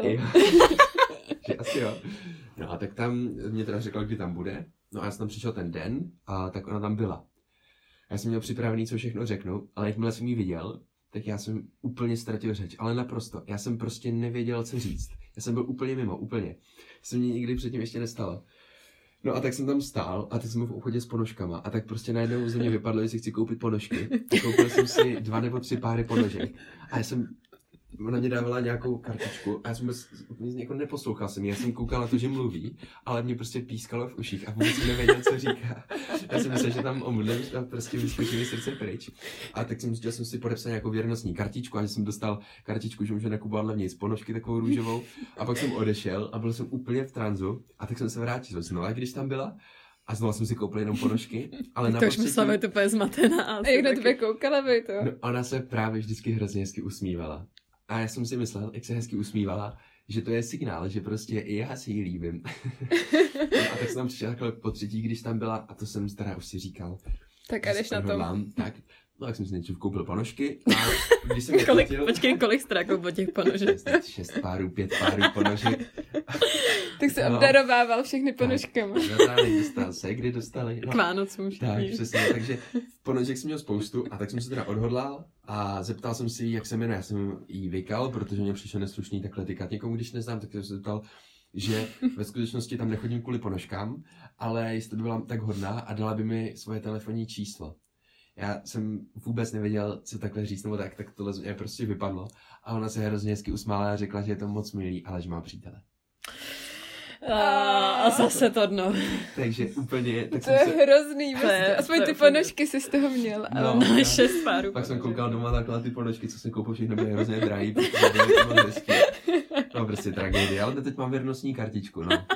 Že asi jo. No a tak tam mě teda řekla, kdy tam bude. No a já jsem tam přišel ten den a tak ona tam byla. Já jsem měl připravený, co všechno řeknu, ale jakmile jsem ji viděl, tak já jsem úplně ztratil řeč, ale naprosto. Já jsem prostě nevěděl, co říct. Já jsem byl úplně mimo, úplně. Se mě nikdy předtím ještě nestalo. No a tak jsem tam stál a teď jsem byl v obchodě s ponožkama a tak prostě najednou ze mě vypadlo, jestli chci koupit ponožky. A koupil jsem si 2 nebo 3 páry ponožek. A ona mě dávala nějakou kartičku a já jsem jako neposlouchal jsem. Já jsem koukal na to, že mluví, ale mě prostě pískalo v uších a vůbec jsem nevěděl, co říká. Já jsem myslel, že tam omdlím a prostě vyskočí mi srdce pryč. A tak jsem si podepsal nějakou věrnostní kartičku a že jsem dostal kartičku, že můžu nakupovat levněji z ponožky takovou růžovou. A pak jsem odešel a byl jsem úplně v tranzu a tak jsem se vrátil. Znova, když tam byla. A znovu jsem si koupil jenom ponožky, ale na to už musela být úplně zmatená. A jak na tebe koukala, by to? No, ona se právě vždycky hrozně hezky usmívala. A já jsem si myslel, jak se hezky usmívala, že to je signál, že prostě i já si ji líbím. No a tak jsem tam přišel takhle po třetí, když tam byla, a to jsem teda už si říkal. Tak a jdeš na to. Tak, no tak jsem si nejdřív koupil ponožky a když jsem je platil... kolik jste koupil těch ponožek? 6 párů, 5 párů ponožek. Tak se obdarovával všechny ponožkami. Natálek dostal se, kdy dostali. No, k Vánocům všichni. Tak, přesně, takže ponožek jsem měl spoustu a tak jsem se teda odhodlal a zeptal jsem si, jak se jmenuje. Já jsem jí vykal, protože mě přišlo neslušný takhle tykat někomu, když neznám, tak jsem se zeptal, že ve skutečnosti tam nechodím kvůli ponožkám, ale jestli by byla tak hodná a dala by mi svoje telefonní číslo. Já jsem vůbec nevěděl, co takhle říct, nebo tak tohle mě prostě vypadlo. A ona se hrozně hezky usmála a řekla, že je to moc milý, ale že má přítele. A zase to dno. Takže úplně... Tak to je hrozný, vlastně. Aspoň ty ponožky jsi z toho měl. No, 6 párů. Pak jsem koukal doma takhle ty ponožky, co jsem koupil, všechno byly hrozně drahý, protože byly to moc hezký. No prostě tragédie, ale teď mám věrnostní kartičku, no.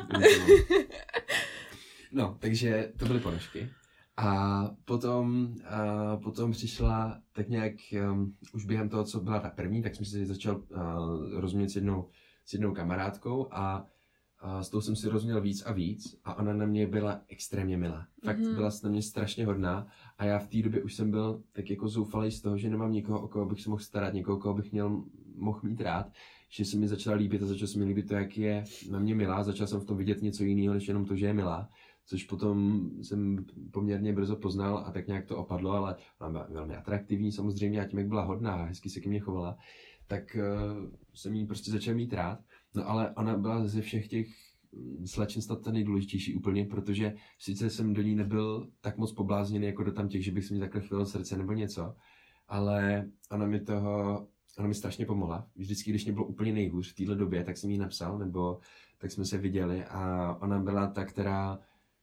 No, takže to byly ponožky. A potom přišla tak nějak, už během toho, co byla ta první, tak jsem si začal rozumět s jednou kamarádkou a s tou jsem si rozuměl víc a víc a ona na mě byla extrémně milá. Fakt byla na mě strašně hodná a já v té době už jsem byl tak jako zoufalý z toho, že nemám nikoho, o koho bych se mohl starat, někoho, koho bych mohl mít rád, že se mi začala líbit a začal se mi líbit to, jak je na mě milá, začal jsem v tom vidět něco jiného, než jenom to, že je milá. Což potom jsem poměrně brzo poznal a tak nějak to opadlo, ale ona byla velmi atraktivní samozřejmě a tím, jak byla hodná a hezky se ke mně chovala, tak jsem jí prostě začal mít rád. No ale ona byla ze všech těch slečen snad ta nejdůležitější úplně, protože sice jsem do ní nebyl tak moc poblázněný jako do tam těch, že bych se mi takhle chvělo srdce nebo něco, ale ona mi toho ona mi strašně pomohla. Vždycky, když mě bylo úplně nejhůř v téhle době, tak jsem jí napsal, nebo tak jsme se viděli a ona byla ta, která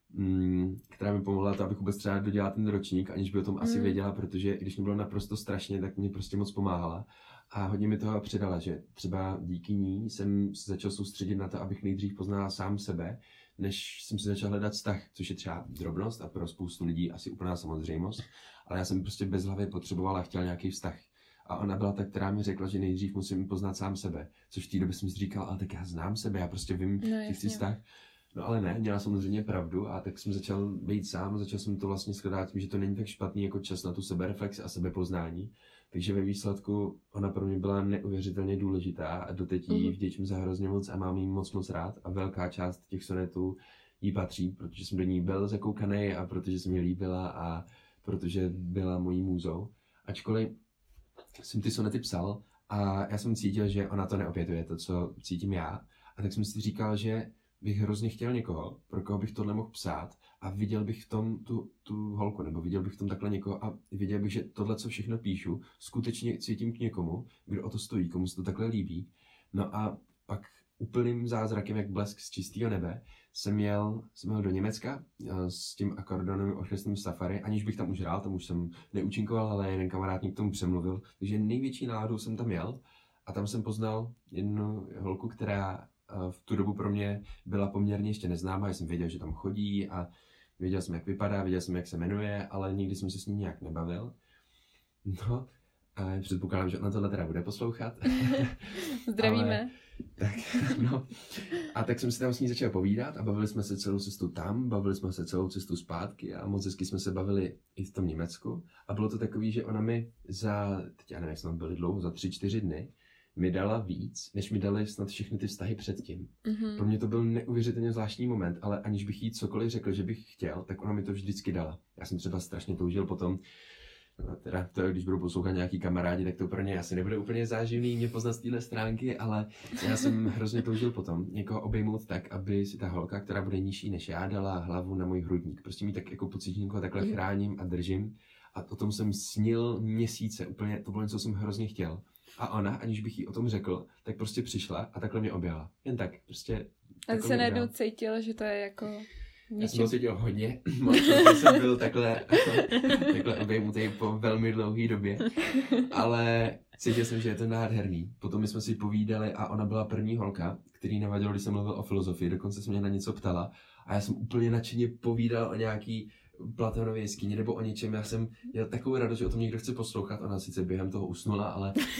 mi pomohla to, abych vůbec třeba dodělal ten ročník, aniž by o tom asi věděla, protože když mě bylo naprosto strašně, tak mě prostě moc pomáhala. A hodně mi toho předala, že třeba díky ní jsem se začal soustředit na to, abych nejdřív poznal sám sebe, než jsem si začal hledat vztah, což je třeba drobnost a pro spoustu lidí asi úplná samozřejmost, ale já jsem prostě bezhlavě potřeboval a chtěl nějaký vztah. A ona byla ta, která mi řekla, že nejdřív musím poznat sám sebe, což v té době jsem si říkal, ale tak já znám sebe, já prostě vím, že chci vztah. No ale ne, měla samozřejmě pravdu a tak jsem začal být sám, začal jsem to vlastně shledat tím, že to není tak špatný jako čas na tu sebereflexi a sebepoznání. Takže ve výsledku ona pro mě byla neuvěřitelně důležitá a doteď jí vděčím za hrozně moc a mám jí moc rád a velká část těch sonetů jí patří, protože jsem do ní byl zakoukaný a protože se mi líbila a protože byla mojí můzou. Ačkoliv jsem ty sonety psal a já jsem cítil, že ona to neopětuje, to, co cítím já. A tak jsem si říkal, že bych hrozně chtěl někoho, pro koho bych tohle mohl psát a viděl bych v tom tu holku, nebo viděl bych v tom takhle někoho a viděl bych, že tohle, co všechno píšu, skutečně cítím k někomu, kdo o to stojí, komu se to takhle líbí. No a pak úplným zázrakem, jak blesk z čistého nebe, jsem jel do Německa s tím akordeonovým orchestrem Safari, aniž bych tam už hrál, tam už jsem neúčinkoval, ale jeden kamarád mě k tomu přemluvil, takže největší náhodou jsem tam jel a tam jsem poznal jednu holku, která v tu dobu pro mě byla poměrně ještě neznámá, já jsem věděl, že tam chodí a věděl jsem, jak vypadá, věděl jsem, jak se jmenuje, ale nikdy jsem se s ní nějak nebavil. No, a předpokládám, že ona tohle teda bude poslouchat. Zdravíme. Ale, tak, no. A tak jsem si tam s ní začal povídat a bavili jsme se celou cestu tam, bavili jsme se celou cestu zpátky a moc hezky jsme se bavili i v tom Německu. A bylo to takový, že ona mi teď já nevím, jak jsme byli dlouho, za 3-4 dny, mi dala víc, než mi dali snad všechny ty vztahy předtím. Pro mě to byl neuvěřitelně zvláštní moment, ale aniž bych jí cokoliv řekl, že bych chtěl, tak ona mi to vždycky dala. Já jsem třeba strašně toužil potom, teda to, když budou poslouchat nějaký kamarádi, tak to pro ně asi nebude úplně záživný mě poznat z téhle stránky, ale já jsem hrozně toužil potom někoho obejmout tak, aby si ta holka, která bude nižší než já, dala hlavu na můj hrudník. Prostě mi tak jako pocit, že někoho takhle chráním a držím. A o tom jsem snil měsíce, úplně to bylo něco, co jsem hrozně chtěl. A ona, aniž bych jí o tom řekl, tak prostě přišla a takhle mě objala. Jen tak, prostě. A ty se najednou cítil, že to je jako něčím. Já jsem to cítil hodně, protože jsem byl takhle obejmutý po velmi dlouhé době. Ale cítil jsem, že je to nádherný. Potom my jsme si povídali a ona byla první holka, který nevadilo, když jsem mluvil o filozofii. Dokonce se mě na něco ptala a já jsem úplně nadšeně povídal o nějaký Platonově jeskyni nebo o něčem. Já jsem měl takovou radost, že o tom někdo chce poslouchat. Ona sice během toho usnula,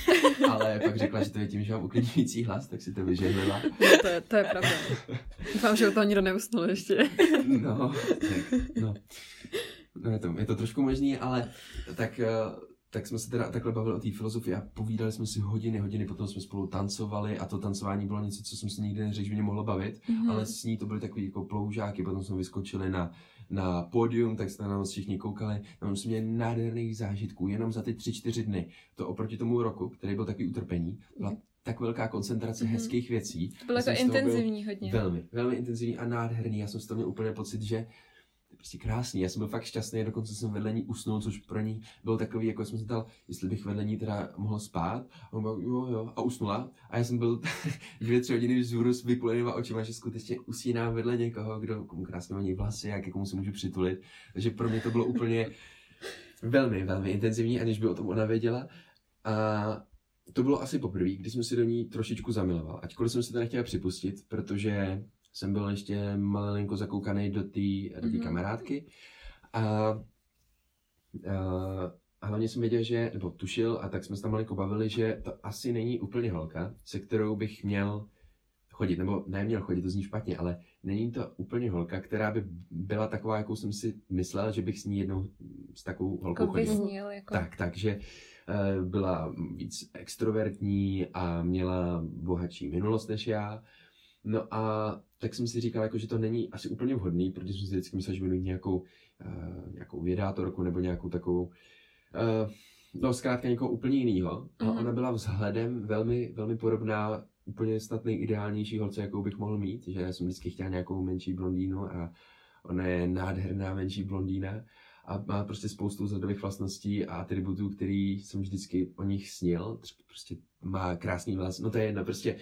ale pak řekla, že to je tím, že mám uklidňující hlas, tak si to vyžehlila. No, to je pravda. Doufám, že u toho nikdo neusnul ještě. No, je to trošku možný, ale tak jsme se teda takhle bavili o té filozofii a povídali jsme si hodiny, potom jsme spolu tancovali a to tancování bylo něco, co jsem si nikdy neřekl, že mě mohlo bavit, ale s ní to byly takový jako ploužáky, potom jsme vyskočili na pódium, tak jsme na nás všichni koukali, mám si měl nádherných zážitků, jenom za ty 3-4 dny, to oproti tomu roku, který byl takový utrpení, byla tak velká koncentrace hezkých věcí. To bylo jako intenzivní hodně. Velmi intenzivní a nádherný, já jsem z toho měl úplně pocit, že to je prostě krásný, já jsem byl fakt šťastný, dokonce jsem vedle ní usnul, což pro ní bylo takový, jako jsem se ptal, jestli bych vedle ní teda mohl spát, a on byl jo, a usnula, a já jsem byl 2-3 hodiny vzhůru s vykulenýma očima, že skutečně usínám vedle někoho, komu krásně mají vlasy, jak komu se můžu přitulit, takže pro mě to bylo úplně velmi intenzivní, aniž by o tom ona věděla, a to bylo asi poprvé, kdy jsem si do ní trošičku zamiloval, ačkoliv jsem si to nechtěl připustit, protože jsem byl ještě malinko zakoukaný do té kamarádky a hlavně jsem věděl, že, nebo tušil, a tak jsme se tam malinko bavili, že to asi není úplně holka, se kterou bych měl chodit, nebo neměl chodit, to zní špatně, ale není to úplně holka, která by byla taková, jakou jsem si myslel, že bych s ní jednou s takovou holkou chodil. Takže byla víc extrovertní a měla bohatší minulost než já. No a tak jsem si říkal, jako, že to není asi úplně vhodný, protože jsem si vždycky myslel, že budu mít nějakou vědátorku nebo nějakou takovou, zkrátka někoho úplně jinýho. A ona byla vzhledem velmi, velmi podobná, úplně snad nejideálnější holce, jakou bych mohl mít, že já jsem vždycky chtěl nějakou menší blondýnu a ona je nádherná menší blondýna. a má prostě spoustu vzhledových vlastností a atributů, který jsem vždycky o nich snil. Třeba prostě má krásný vlas, no to je jedno, prostě.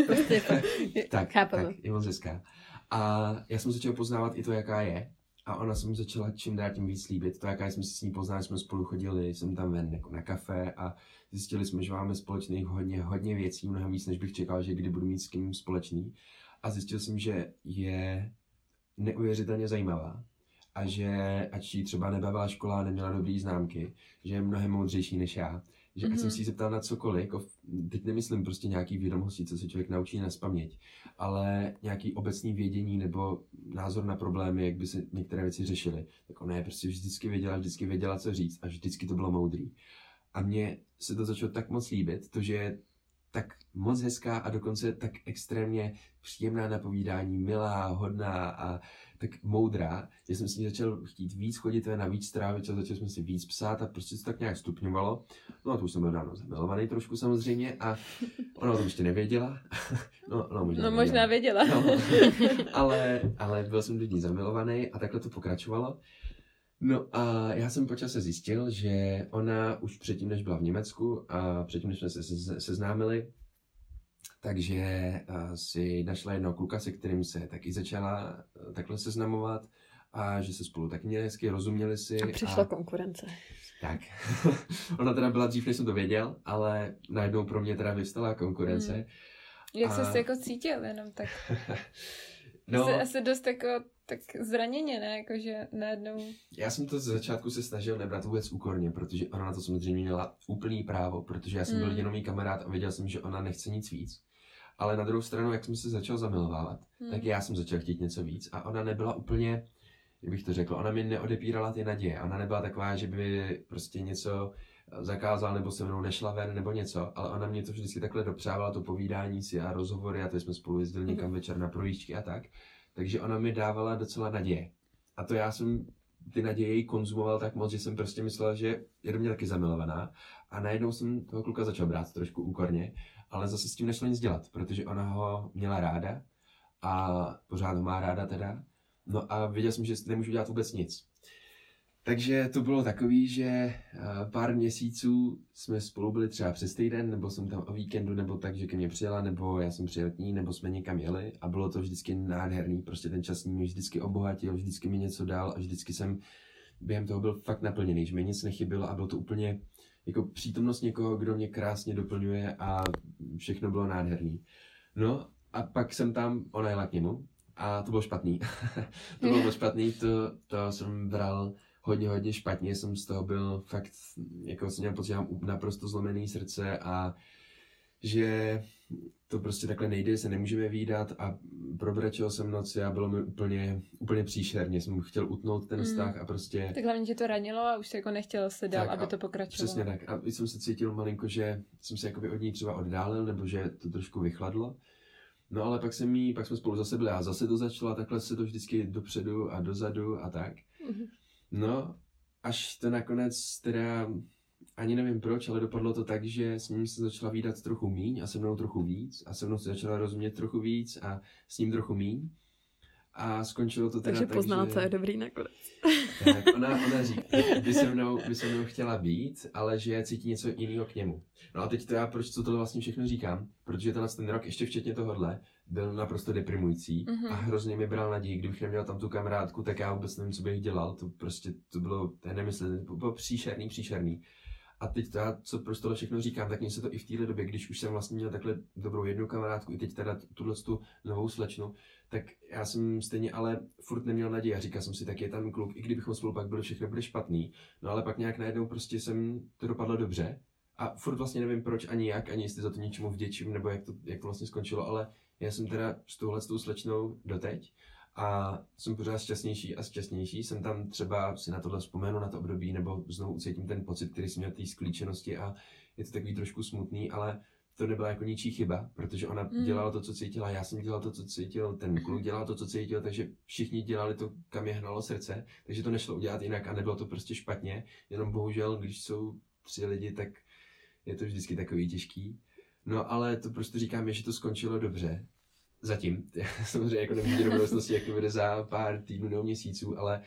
tak, je moc hezká. A já jsem začal poznávat i to, jaká je. A ona se mi začala čím dál tím víc líbit. To, jaká jsme si s ní poznali, jsme spolu chodili, jsem tam ven jako na kafe a zjistili jsme, že máme společných hodně věcí, mnohem víc, než bych čekal, že kdy budu mít s kým společný. A zjistil jsem, že je neuvěřitelně zajímavá a že ač jí třeba nebavila škola, neměla dobrý známky, že je mnohem moudřejší než já. Že ať jsem si ji zeptal na cokoliv, jako teď nemyslím prostě nějaký vědomosti, co se člověk naučí nazpaměť, ale nějaký obecný vědění nebo názor na problémy, jak by se některé věci řešily. Tak ona je prostě vždycky věděla, co říct a vždycky to bylo moudrý. A mně se to začalo tak moc líbit, to, že je tak moc hezká a dokonce tak extrémně příjemná na povídání, milá, hodná a tak moudrá, že jsem si začal chtít víc chodit na víc trávit a začal jsem si víc psát a prostě se tak nějak stupňovalo. No a to už jsem byl dávno zamilovaný trošku samozřejmě a ona to ještě nevěděla. Možná věděla. No, ale byl jsem do ní zamilovaný a takhle to pokračovalo. No a já jsem po čase zjistil, že ona už předtím, než byla v Německu a předtím, než jsme se seznámili, takže si našla jednoho kluka, se kterým se taky začala takhle seznamovat a že se spolu taky měli hezky, rozuměli si. A přišla konkurence. Tak. Ona teda byla dřív, než jsem to věděl, ale najednou pro mě teda vyvstala konkurence. Jak jsi se jako cítil jenom tak? No, asi dost jako tak zraněně, ne? Jakože najednou... Já jsem to z začátku se snažil nebrat vůbec úkorně, protože ona na to samozřejmě měla úplný právo, protože já jsem byl jenom její kamarád a věděl jsem, že ona nechce nic víc. Ale na druhou stranu, jak jsem se začal zamilovávat, tak já jsem začal chtít něco víc a ona nebyla úplně, jak bych to řekl, ona mi neodepírala ty naděje. Ona nebyla taková, že by prostě něco zakázala nebo se mnou nešla ven nebo něco, ale ona mě to vždycky takhle dopřávala, to povídání si a rozhovory a to jsme spolu jezdili někam večer na projížďky a tak. Takže ona mi dávala docela naděje. A to já jsem ty naděje jí konzumoval tak moc, že jsem prostě myslel, že je do mě taky zamilovaná. A najednou jsem toho kluka začal brát trošku úkorně, ale zase s tím nešlo nic dělat, protože ona ho měla ráda a pořád ho má ráda teda. No a věděl jsem, že nemůžu dělat vůbec nic. Takže to bylo takový, že pár měsíců jsme spolu byli třeba přes týden, nebo jsem tam o víkendu, nebo tak, že ke mně přijela, nebo já jsem přijel k ní, nebo jsme někam jeli a bylo to vždycky nádherný, prostě ten čas mě vždycky obohatil, vždycky mi něco dal a vždycky jsem během toho byl fakt naplněný, že mi nic nechybilo a bylo to úplně jako přítomnost někoho, kdo mě krásně doplňuje a všechno bylo nádherný. No a pak jsem tam, ona jela k němu a to bylo špatný. To bylo špatný, to jsem bral hodně špatně, jsem z toho byl fakt, jako jsem měl pocit, že mám naprosto zlomený srdce a že to prostě takhle nejde, se nemůžeme vídat a probrečel jsem noci a bylo mi úplně příšerně, jsem chtěl utnout ten vztah a prostě... Tak hlavně tě to ranilo a už se jako nechtěl se dál, aby to pokračovalo. Přesně tak a jsem se cítil malinko, že jsem se jakoby od ní třeba oddálil nebo že to trošku vychladlo. No ale pak jsme spolu zase byli a zase to začalo a takhle se to vždycky dopředu a dozadu a tak. No, až to nakonec teda, ani nevím proč, ale dopadlo to tak, že s ním se začala vídat trochu míň a se mnou trochu víc a se mnou se začala rozumět trochu víc a s ním trochu míň. A skončilo to teda takže tak, poznala, že... co je dobrý nakonec. Tak, ona říká, by se mnou chtěla být, ale že cítí něco jiného k němu. No a teď to já, proč co tohle vlastně všechno říkám? Protože ten rok, ještě včetně tohohle, byl naprosto deprimující a hrozně mi bral naději. Kdybych neměl tam tu kamarádku, tak já vůbec nevím, co bych dělal. To prostě, to bylo nemyslitelné, to bylo příšerný. A teď to já, co prostě tohle všechno říkám, tak mně se to i v téhle době, když už jsem vlastně měl takhle dobrou jednu kamarádku, i teď teda tu novou slečnu, tak já jsem stejně ale furt neměl naději a říkal jsem si, tak je tam kluk, i kdybychom spolu pak byli, všechno bude špatný. No ale pak nějak najednou prostě to dopadlo dobře a furt vlastně nevím proč ani jak, ani jestli za to něčemu vděčím, nebo jak to vlastně skončilo, ale já jsem teda s tou slečnou doteď a jsem pořád šťastnější a šťastnější. Jsem tam třeba si na tohle vzpomenu, na to období, nebo znovu ucítím ten pocit, který jsem měl té sklíčenosti a je to takový trošku smutný, ale to nebyla jako ničí chyba, protože ona dělala to, co cítila, já jsem dělal to, co cítil, ten kluk dělal to, co cítil, takže všichni dělali to, kam je hnalo srdce, takže to nešlo udělat jinak a nebylo to prostě špatně, jenom bohužel, když jsou 3 lidi, tak je to vždycky takový těžký. No ale to prostě říkám, že to skončilo dobře. Zatím. Samozřejmě jako nevidím do budoucnosti, jak to bude za pár týdnů nebo měsíců, ale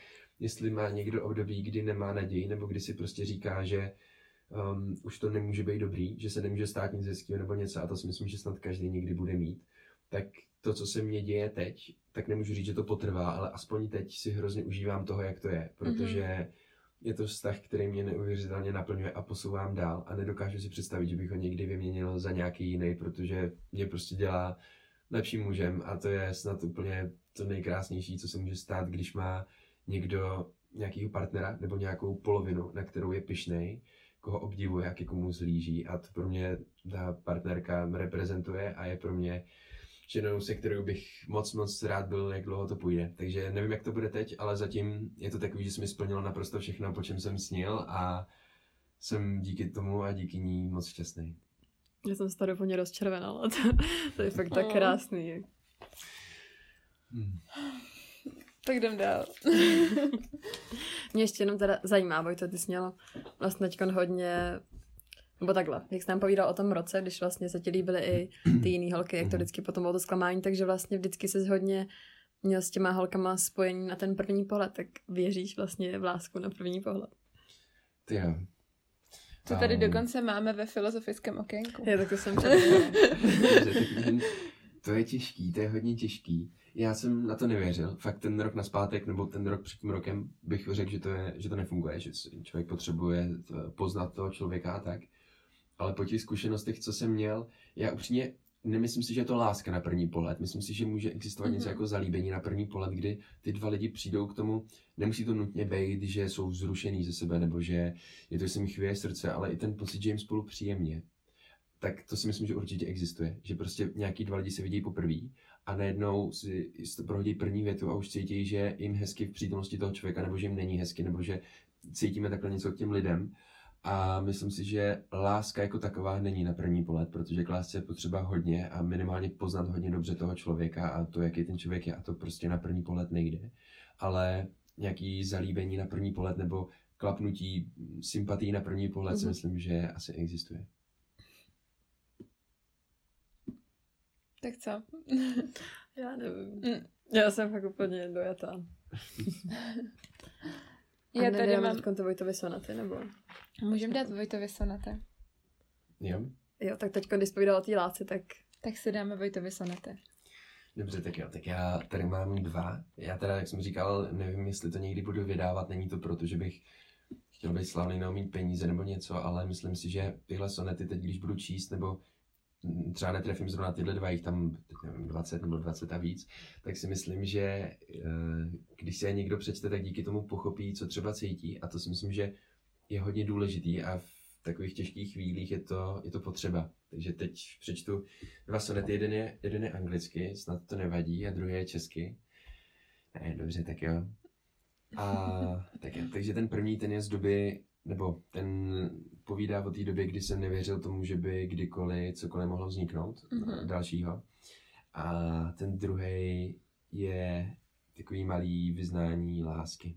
jestli má někdo období, kdy nemá naději, nebo kdy si prostě říká, že už to nemůže být dobrý, že se nemůže stát nic hezkého nebo něco, a to si myslím, že snad každý někdy bude mít, tak to, co se mně děje teď, tak nemůžu říct, že to potrvá, ale aspoň teď si hrozně užívám toho, jak to je, protože je to vztah, který mě neuvěřitelně naplňuje a posouvám dál a nedokážu si představit, že bych ho někdy vyměnil za nějaký jiný, protože mě prostě dělá lepším mužem a to je snad úplně to nejkrásnější, co se může stát, když má někdo nějakýho partnera nebo nějakou polovinu, na kterou je pyšnej, koho obdivuje a ke komu zhlíží, a to pro mě ta partnerka reprezentuje a je pro mě ženou, se kterou bych moc rád byl, jak dlouho to půjde. Takže nevím, jak to bude teď, ale zatím je to takový, že se mi splnilo naprosto všechno, po čem jsem snil, a jsem díky tomu a díky ní moc šťastný. Já jsem se tady úplně rozčervenala. To je fakt tak krásný. Tak jdem dál. Mě ještě jenom teda zajímá, Vojto, ty jsi měla vlastně teďkon hodně, nebo takhle, jak jsi nám povídal o tom roce, když vlastně se ti líbily i ty jiný holky, jak to vždycky potom bylo to zklamání, takže vlastně vždycky jsi hodně měl s těma holkama spojení na ten první pohled, tak věříš vlastně v lásku na první pohled? Ty jo. To tady dokonce máme ve filozofickém okénku. Já taky jsem představila. To je těžký, to je hodně těžký. Já jsem na to nevěřil. Fakt ten rok nazpátek, nebo ten rok před tím rokem bych řekl, že to nefunguje, že člověk potřebuje poznat toho člověka a tak. Ale po těch zkušenostech, co jsem měl, já upřímně nemyslím si, že je to láska na první pohled. Myslím si, že může existovat něco jako zalíbení na první pohled, kdy ty dva lidi přijdou k tomu, nemusí to nutně být, že jsou vzrušený ze sebe, nebo že je to, že se mi chvěje srdce, ale i ten pocit, že jim spolu příjemně. Tak to si myslím, že určitě existuje. Že prostě nějaký dva lidi se vidí poprvé a najednou si prohodí první větu a už cítí, že jim hezky v přítomnosti toho člověka, nebo že jim není hezky, nebo že cítíme takhle něco k těm lidem. A myslím si, že láska jako taková není na první pohled, protože k lásce je potřeba hodně a minimálně poznat hodně dobře toho člověka a to, jaký ten člověk je, a to prostě na první pohled nejde. Ale nějaký zalíbení na první pohled nebo klapnutí sympatii na první pohled si myslím, že asi existuje. Tak co? Já nevím. Já jsem fakt úplně dojatá. Já tady mám... to Vojtovi sonaty, nebo? Můžeme dát Vojtovi sonaty. Jo? Jo, tak teď, když povídal o té lásce, tak... Tak si dáme Vojtovi sonaty. Dobře, tak jo, tak já tady mám 2. Já teda, jak jsem říkal, nevím, jestli to někdy budu vydávat, není to proto, že bych chtěl být slavný nebo mít peníze nebo něco, ale myslím si, že tyhle sonety teď, když budu číst, nebo třeba netrefím zrovna tyhle 2, jich tam nevím, 20 nebo 20 a víc, tak si myslím, že když se je někdo přečte, tak díky tomu pochopí, co třeba cítí, a to si myslím, že je hodně důležitý a v takových těžkých chvílích je to potřeba. Takže teď přečtu 2 sonety, jeden je anglicky, snad to nevadí, a druhý je česky. Ne, dobře, tak jo. Tak jo. Takže ten první, ten je z doby, nebo ten povídá o té době, kdy jsem nevěřil tomu, že by kdykoliv cokoliv mohlo vzniknout dalšího. A ten druhý je takový malý vyznání lásky.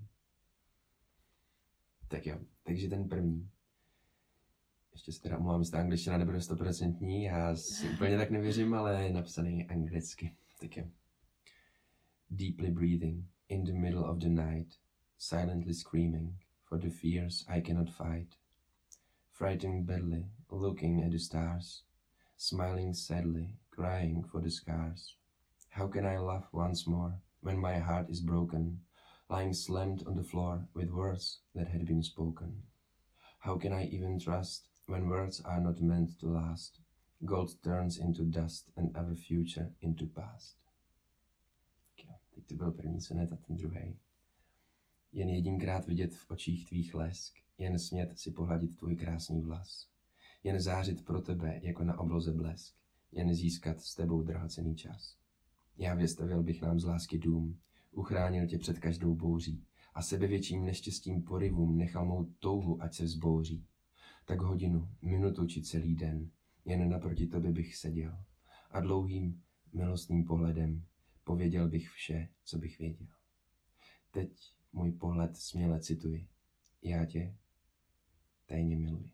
Tak jo, takže ten první. Ještě se teda omlouvám, že ta angličtina nebude 100%, já si úplně tak nevěřím, ale je napsaný anglicky. Tak jo. Deeply breathing in the middle of the night, silently screaming for the fears I cannot fight, frightened badly, looking at the stars, smiling sadly, crying for the scars. How can I laugh once more when my heart is broken, lying slammed on the floor with words that had been spoken? How can I even trust when words are not meant to last? Gold turns into dust and our future into past. Teď to byl první sonet a ten druhý. Jen jedinkrát vidět v očích tvých lesk, jen smět si pohladit tvůj krásný vlas, jen zářit pro tebe jako na obloze blesk, jen získat s tebou drahocenný čas. Já vystavěl bych nám z lásky dům, uchránil tě před každou bouří a sebevětším neštěstím porivům nechal mou touhu, ať se vzbouří. Tak hodinu, minutu či celý den, jen naproti tobě bych seděl a dlouhým milostným pohledem pověděl bych vše, co bych věděl. Teď můj pohled směle cituji. Já tě tajně miluji.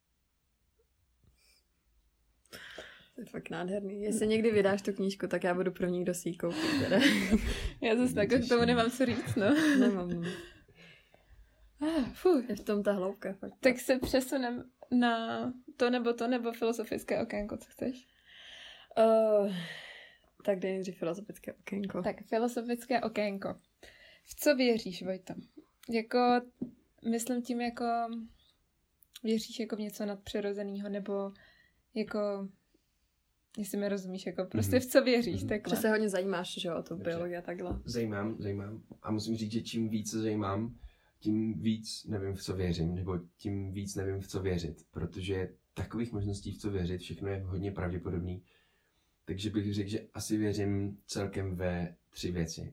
To je fakt nádherný. Jestli někdy vydáš tu knížku, tak já budu první, kdo si ji koupí. Já zase tak k tomu nemám co říct, no. Nemám. Je v tom ta hloubka. Fakt. Tak se přesunem na to, nebo filozofické okénko, co chceš? Tak dej nejdřív filozofické okénko. Tak filozofické okénko. V co věříš, Vojto? Jako, myslím tím jako, věříš jako v něco nadpřirozeného, nebo jako, jestli mi rozumíš, jako prostě v co věříš, takhle. Že se hodně zajímáš, že o tu biologii a takhle. Zajímám. A musím říct, že čím víc se zajímám, tím víc nevím, v co věřím, nebo tím víc nevím, v co věřit, protože takových možností, v co věřit, všechno je hodně pravděpodobný. Takže bych řekl, že asi věřím celkem ve 3 věci.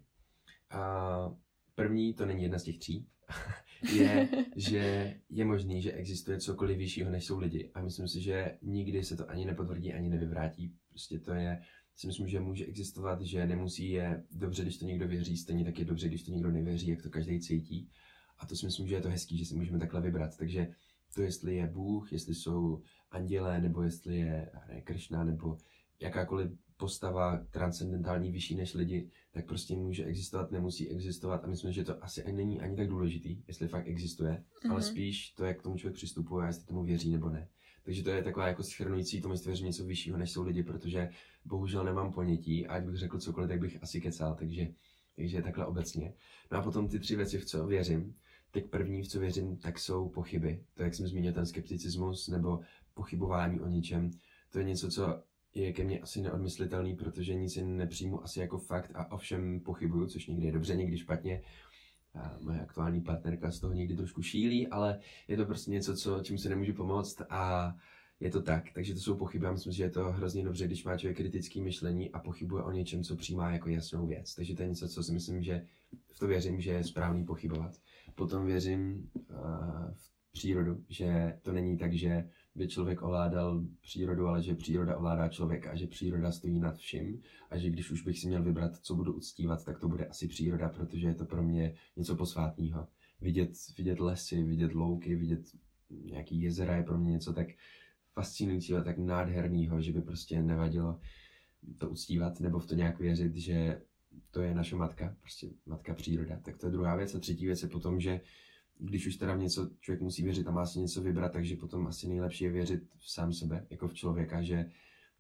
A první, to není jedna z těch 3, je, že je možný, že existuje cokoliv vyššího, než jsou lidi. A myslím si, že nikdy se to ani nepotvrdí, ani nevyvrátí. Prostě to je, si myslím, že může existovat, že nemusí je dobře, když to někdo věří, stejně tak je dobře, když to někdo nevěří, jak to každý cítí. A to si myslím, že je to hezký, že si můžeme takhle vybrat. Takže to, jestli je Bůh, jestli jsou andělé, nebo jestli je Kršna, nebo jakákoliv postava transcendentální vyšší než lidi, tak prostě může existovat, nemusí existovat a myslím, že to asi ani není ani tak důležitý, jestli fakt existuje, ale spíš to, jak k tomu člověk přistupuje a jestli tomu věří nebo ne. Takže to je taková jako shrnující tomu, jestli věřím něco vyššího než jsou lidi, protože bohužel nemám ponětí a ať bych řekl cokoliv, tak bych asi kecal, takže takhle obecně. No a potom ty 3 věci, v co věřím. Teď první, v co věřím, tak jsou pochyby. To, jak jsem zmínil, ten skepticismus nebo pochybování o něčem, to je něco, co je ke mně asi neodmyslitelný, protože nic si nepřijmu asi jako fakt a ovšem pochybuju, což někdy je dobře, někdy špatně. A moje aktuální partnerka z toho někdy trošku šílí, ale je to prostě něco, čím se nemůžu pomoct a je to tak. Takže to jsou pochyby. Já myslím, že je to hrozně dobře, když má člověk kritické myšlení a pochybuje o něčem, co přijímá jako jasnou věc. Takže to je něco, co si myslím, že v to věřím, že je správný pochybovat. Potom věřím v přírodu, že to není tak, že by člověk ovládal přírodu, ale že příroda ovládá člověka a že příroda stojí nad vším a že když už bych si měl vybrat, co budu uctívat, tak to bude asi příroda, protože je to pro mě něco posvátného. Vidět lesy, vidět louky, vidět nějaký jezera je pro mě něco tak fascinujícího, tak nádherného, že by prostě nevadilo to uctívat nebo v to nějak věřit, že to je naše matka, prostě matka příroda. Tak to je druhá věc. A třetí věc je potom, že když už teda v něco člověk musí věřit a má si něco vybrat, takže potom asi nejlepší je věřit v sám sebe, jako v člověka, že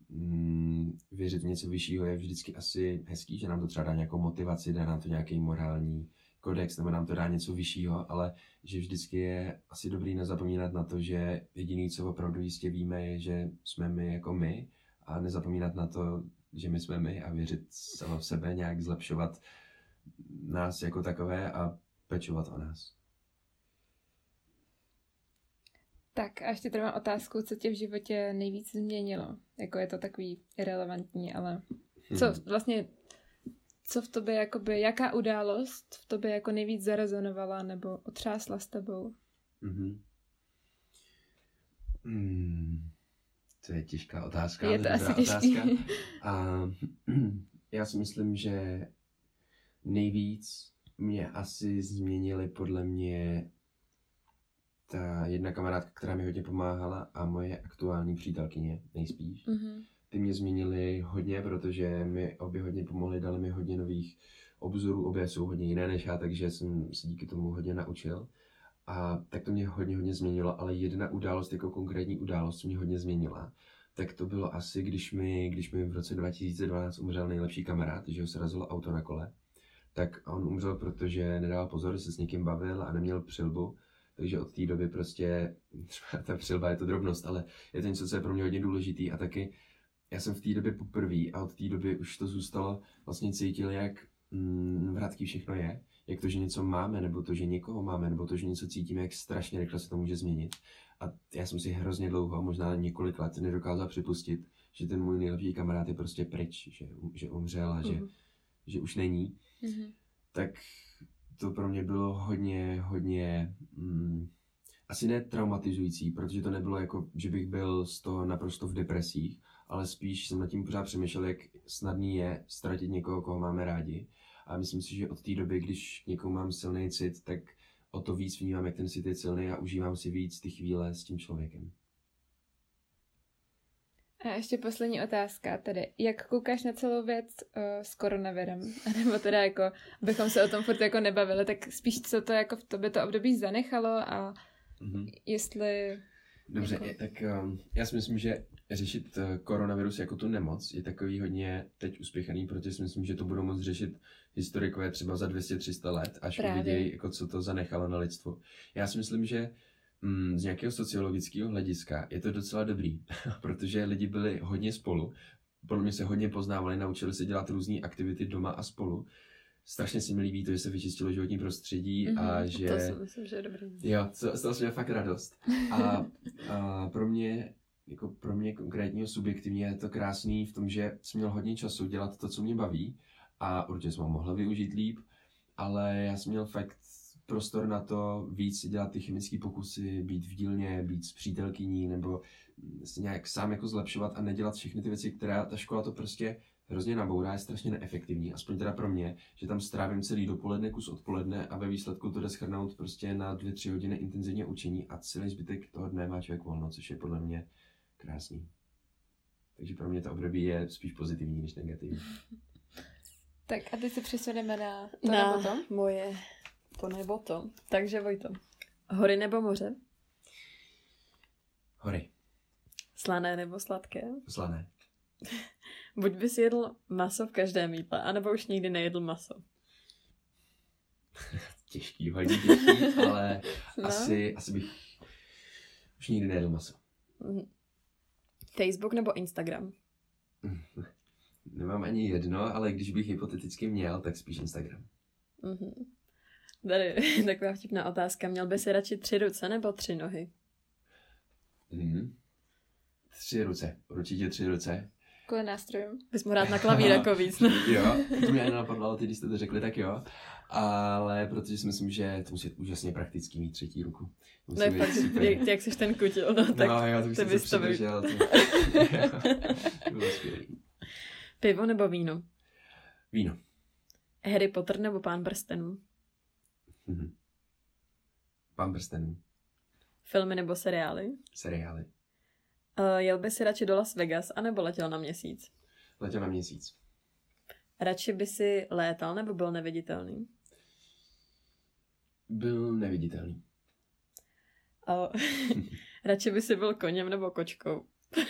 věřit v něco vyššího je vždycky asi hezký, že nám to třeba dá nějakou motivaci, dá nám to nějaký morální kodex, nebo nám to dá něco vyššího, ale že vždycky je asi dobrý nezapomínat na to, že jediný, co opravdu jistě víme, je, že jsme my jako my a nezapomínat na to, že my jsme my a věřit sama v sebe, nějak zlepšovat nás jako takové a pečovat o nás. Tak a ještě tady mám otázku, co tě v životě nejvíc změnilo? Jako je to takový irelevantní, ale co v tobě, jakoby, jaká událost v tobě jako nejvíc zarezonovala nebo otřásla s tebou? To je těžká otázka. Je to asi těžký. A já si myslím, že nejvíc mě asi změnily podle mě ta jedna kamarádka, která mi hodně pomáhala a moje aktuální přítelkyně nejspíš. Ty mě změnily hodně, protože mi obě hodně pomohly, dali mi hodně nových obzorů, obě jsou hodně jiné než já, takže jsem se díky tomu hodně naučil. A tak to mě hodně změnilo, ale jedna událost, jako konkrétní událost, mě hodně změnila. Tak to bylo asi, když mi v roce 2012 umřel nejlepší kamarád, že ho srazilo auto na kole. Tak on umřel, protože nedal pozor, že se s někým bavil a neměl přilbu. Takže od té doby prostě, ta přilba je to drobnost, ale je to něco, co je pro mě hodně důležitý a taky já jsem v té době poprvé a od té doby už to zůstalo, vlastně cítil, jak vratký všechno je, jak to, že něco máme, nebo to, že někoho máme, nebo to, že něco cítíme, jak strašně rychle se to může změnit. A já jsem si hrozně dlouho, možná několik let, nedokázal připustit, že ten můj nejlepší kamarád je prostě pryč, že umřel a že už není. Tak to pro mě bylo hodně asi ne traumatizující, protože to nebylo jako, že bych byl z toho naprosto v depresích, ale spíš jsem nad tím pořád přemýšlel, jak snadný je ztratit někoho, koho máme rádi. A myslím si, že od té doby, když někomu mám silný cit, tak o to víc vnímám, jak ten cit je silný a užívám si víc ty chvíle s tím člověkem. A ještě poslední otázka tedy. Jak koukáš na celou věc s koronavirem? A nebo teda jako, abychom se o tom furt jako nebavili, tak spíš co to jako v tobě to období zanechalo a jestli... Dobře, tak já si myslím, že řešit koronavirus jako tu nemoc je takový hodně teď uspěchaný, protože si myslím, že to budou moct řešit historikové třeba za 200-300 let, až uvidějí, jako co to zanechalo na lidstvo. Já si myslím, že z nějakého sociologického hlediska je to docela dobrý, protože lidi byli hodně spolu, podle mě se hodně poznávali, naučili se dělat různé aktivity doma a spolu. Strašně se mi líbí to, že se vyčistilo životní prostředí a že... To si myslím, že je dobrý. Jo, z toho jsem měl fakt radost. A pro mě konkrétního subjektivně je to krásný v tom, že jsem měl hodně času dělat to, co mě baví a určitě jsem ho mohl využít líp, ale já jsem měl fakt prostor na to víc dělat ty chemické pokusy, být v dílně, být s přítelkyní nebo se nějak sám jako zlepšovat a nedělat všechny ty věci, které ta škola to prostě hrozně nabourá, je strašně neefektivní, aspoň teda pro mě, že tam strávím celý dopoledne, kus odpoledne a ve výsledku to jde shrnout prostě na 2-3 hodiny intenzivně učení a celý zbytek toho dne má člověk volno, což je podle mě krásný. Takže pro mě to období je spíš pozitivní než negativní. Tak a teď se přesuneme na to na nebo to? moje to nebo to. Takže Vojto, hory nebo moře? Hory. Slané nebo sladké? Slané. Buď bys jedl maso v každém jídle, anebo už nikdy nejedl maso. Těžký, hodně těžký, ale No. asi bych už nikdy nejedl maso. Facebook nebo Instagram? Nemám ani jedno, ale když bych hypoteticky měl, tak spíš Instagram. Tady taková vtipná otázka. Měl by si radši 3 ruce nebo 3 nohy? 3 ruce, určitě 3 ruce. Kvůli nástrojům. Bys mohl hrát na klavír jako víc. No. Jo, to mě nenapadlo, ale když jste to řekli, tak jo. Ale protože si myslím, že to musí být úžasně praktický mít 3. ruku. Ne, fakt, ty jak jsi ten kutil, no tak no, jo, to bych ty se bys to předržel. To bylo skvělý. Pivo nebo víno? Víno. Harry Potter nebo Pán prstenů? Pán prstenů. Filmy nebo seriály? Seriály. Jel by si radši do Las Vegas, anebo letěl na Měsíc? Letěl na Měsíc. Radši by si létal, nebo byl neviditelný? Byl neviditelný. Radši by si byl koněm nebo kočkou?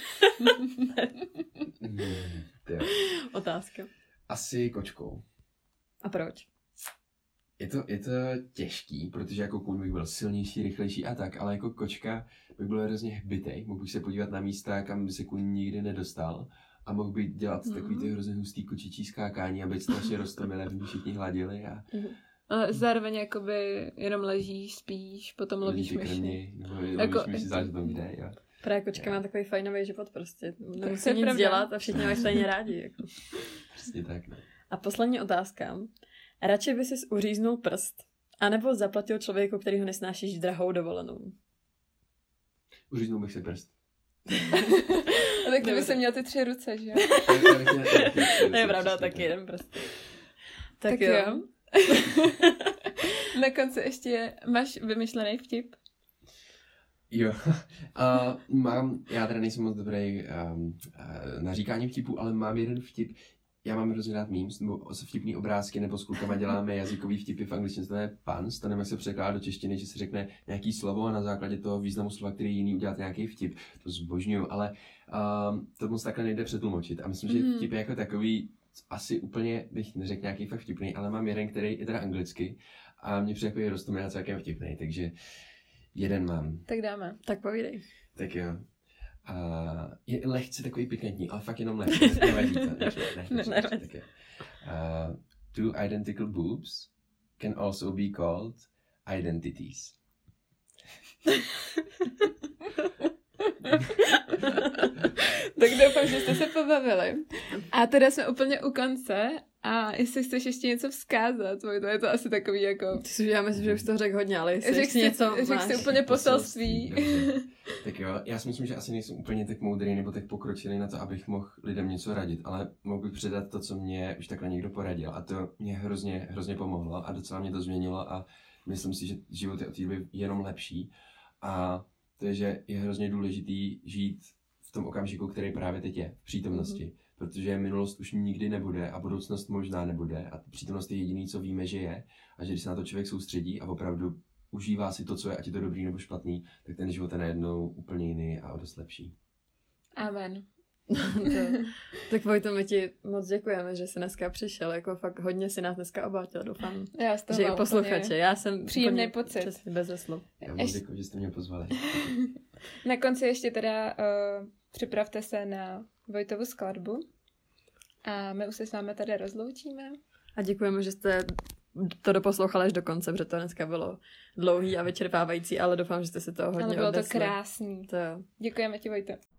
Otázka. Asi kočkou. A proč? Je to těžký, protože jako kůň bych byl silnější, rychlejší a tak, ale jako kočka bych byl hrozně hbitej. Mohl bych se podívat na místa, kam by se kůň nikdy nedostal a mohl bych dělat takový ty hrozně hustý kočičí skákání a být strašně roztomilé, aby všichni hladili a... Ale zároveň jakoby jenom ležíš, spíš, potom lovíš myši. Lovíš myši, záleží tom kde, jo. Právě kočka má takový fajnový život prostě. Nemusí to je nic pravda. dělat a všichni mají stejně rádi. Jako. Přesně tak, no. A poslední otázka. Radši by si uříznul prst, anebo zaplatil člověku, který ho nesnášíš, drahou dovolenou? Uříznul bych si prst. A tak kdyby se měl ty 3 ruce, že jo? To je pravda, taky jeden prst. Tak jo. jo. Na konci ještě máš vymyšlený vtip? Jo, já teda nejsem moc dobrý na říkání vtipů, ale mám jeden vtip. Já mám hrozně rád memes, nebo vtipný obrázky, nebo s klukama děláme jazykový vtipy, v angličtině to je puns, to nevím, jak se překládá do češtiny, že se řekne nějaký slovo a na základě toho významu slova, který jiný udělat nějaký vtip. To zbožňuju, ale to moc takhle nejde přetlumočit. A myslím, že vtip je jako takový, asi úplně bych neřekl nějaký fakt vtipný, ale mám jeden, který je teda anglicky a mě přijde takový roztomilý celkem vtipný, takže jeden mám. Tak dáme. Tak povídej. Tak jo. Je lehce takový pikantní, ale fakt jenom lehce. Nevadí to. Nevadí. Two identical boobs can also be called identities. Tak doufám, že jste se pobavili. A teda jsme úplně u konce a jestli chceš ještě něco vzkázat, to je to asi takový jako... Já myslím, že už to řekl hodně, ale jestli Řekl jsi úplně poselství. Tak jo, já si myslím, že asi nejsem úplně tak moudrý nebo tak pokročilý na to, abych mohl lidem něco radit, ale mohl bych předat to, co mě už takhle někdo poradil a to mě hrozně pomohlo a docela mě to změnilo a myslím si, že život je od té doby jenom lepší a to je, že je hrozně důležitý žít v tom okamžiku, který právě teď je, v přítomnosti. Protože minulost už nikdy nebude a budoucnost možná nebude a přítomnost je jediný, co víme, že je. A že když se na to člověk soustředí a opravdu užívá si to, co je, ať je to dobrý nebo špatný, tak ten život je najednou úplně jiný a o dost lepší. Amen. Tak Vojto, my ti moc děkujeme, že jsi dneska přišel, jako fakt hodně si nás dneska obátil, doufám, že i posluchače. Já jsem příjemný pocit. Přesně bez slov. Já moc děkuji, že jste mě pozvali. Na konci ještě teda připravte se na Vojtovu skladbu a my už se s vámi tady rozloučíme. A děkujeme, že jste to doposlouchali až do konce, protože to dneska bylo dlouhý a vyčerpávající, ale doufám, že jste si to hodně odnesli. Ale bylo to krásný. To jo. Děkujeme ti, Vojto.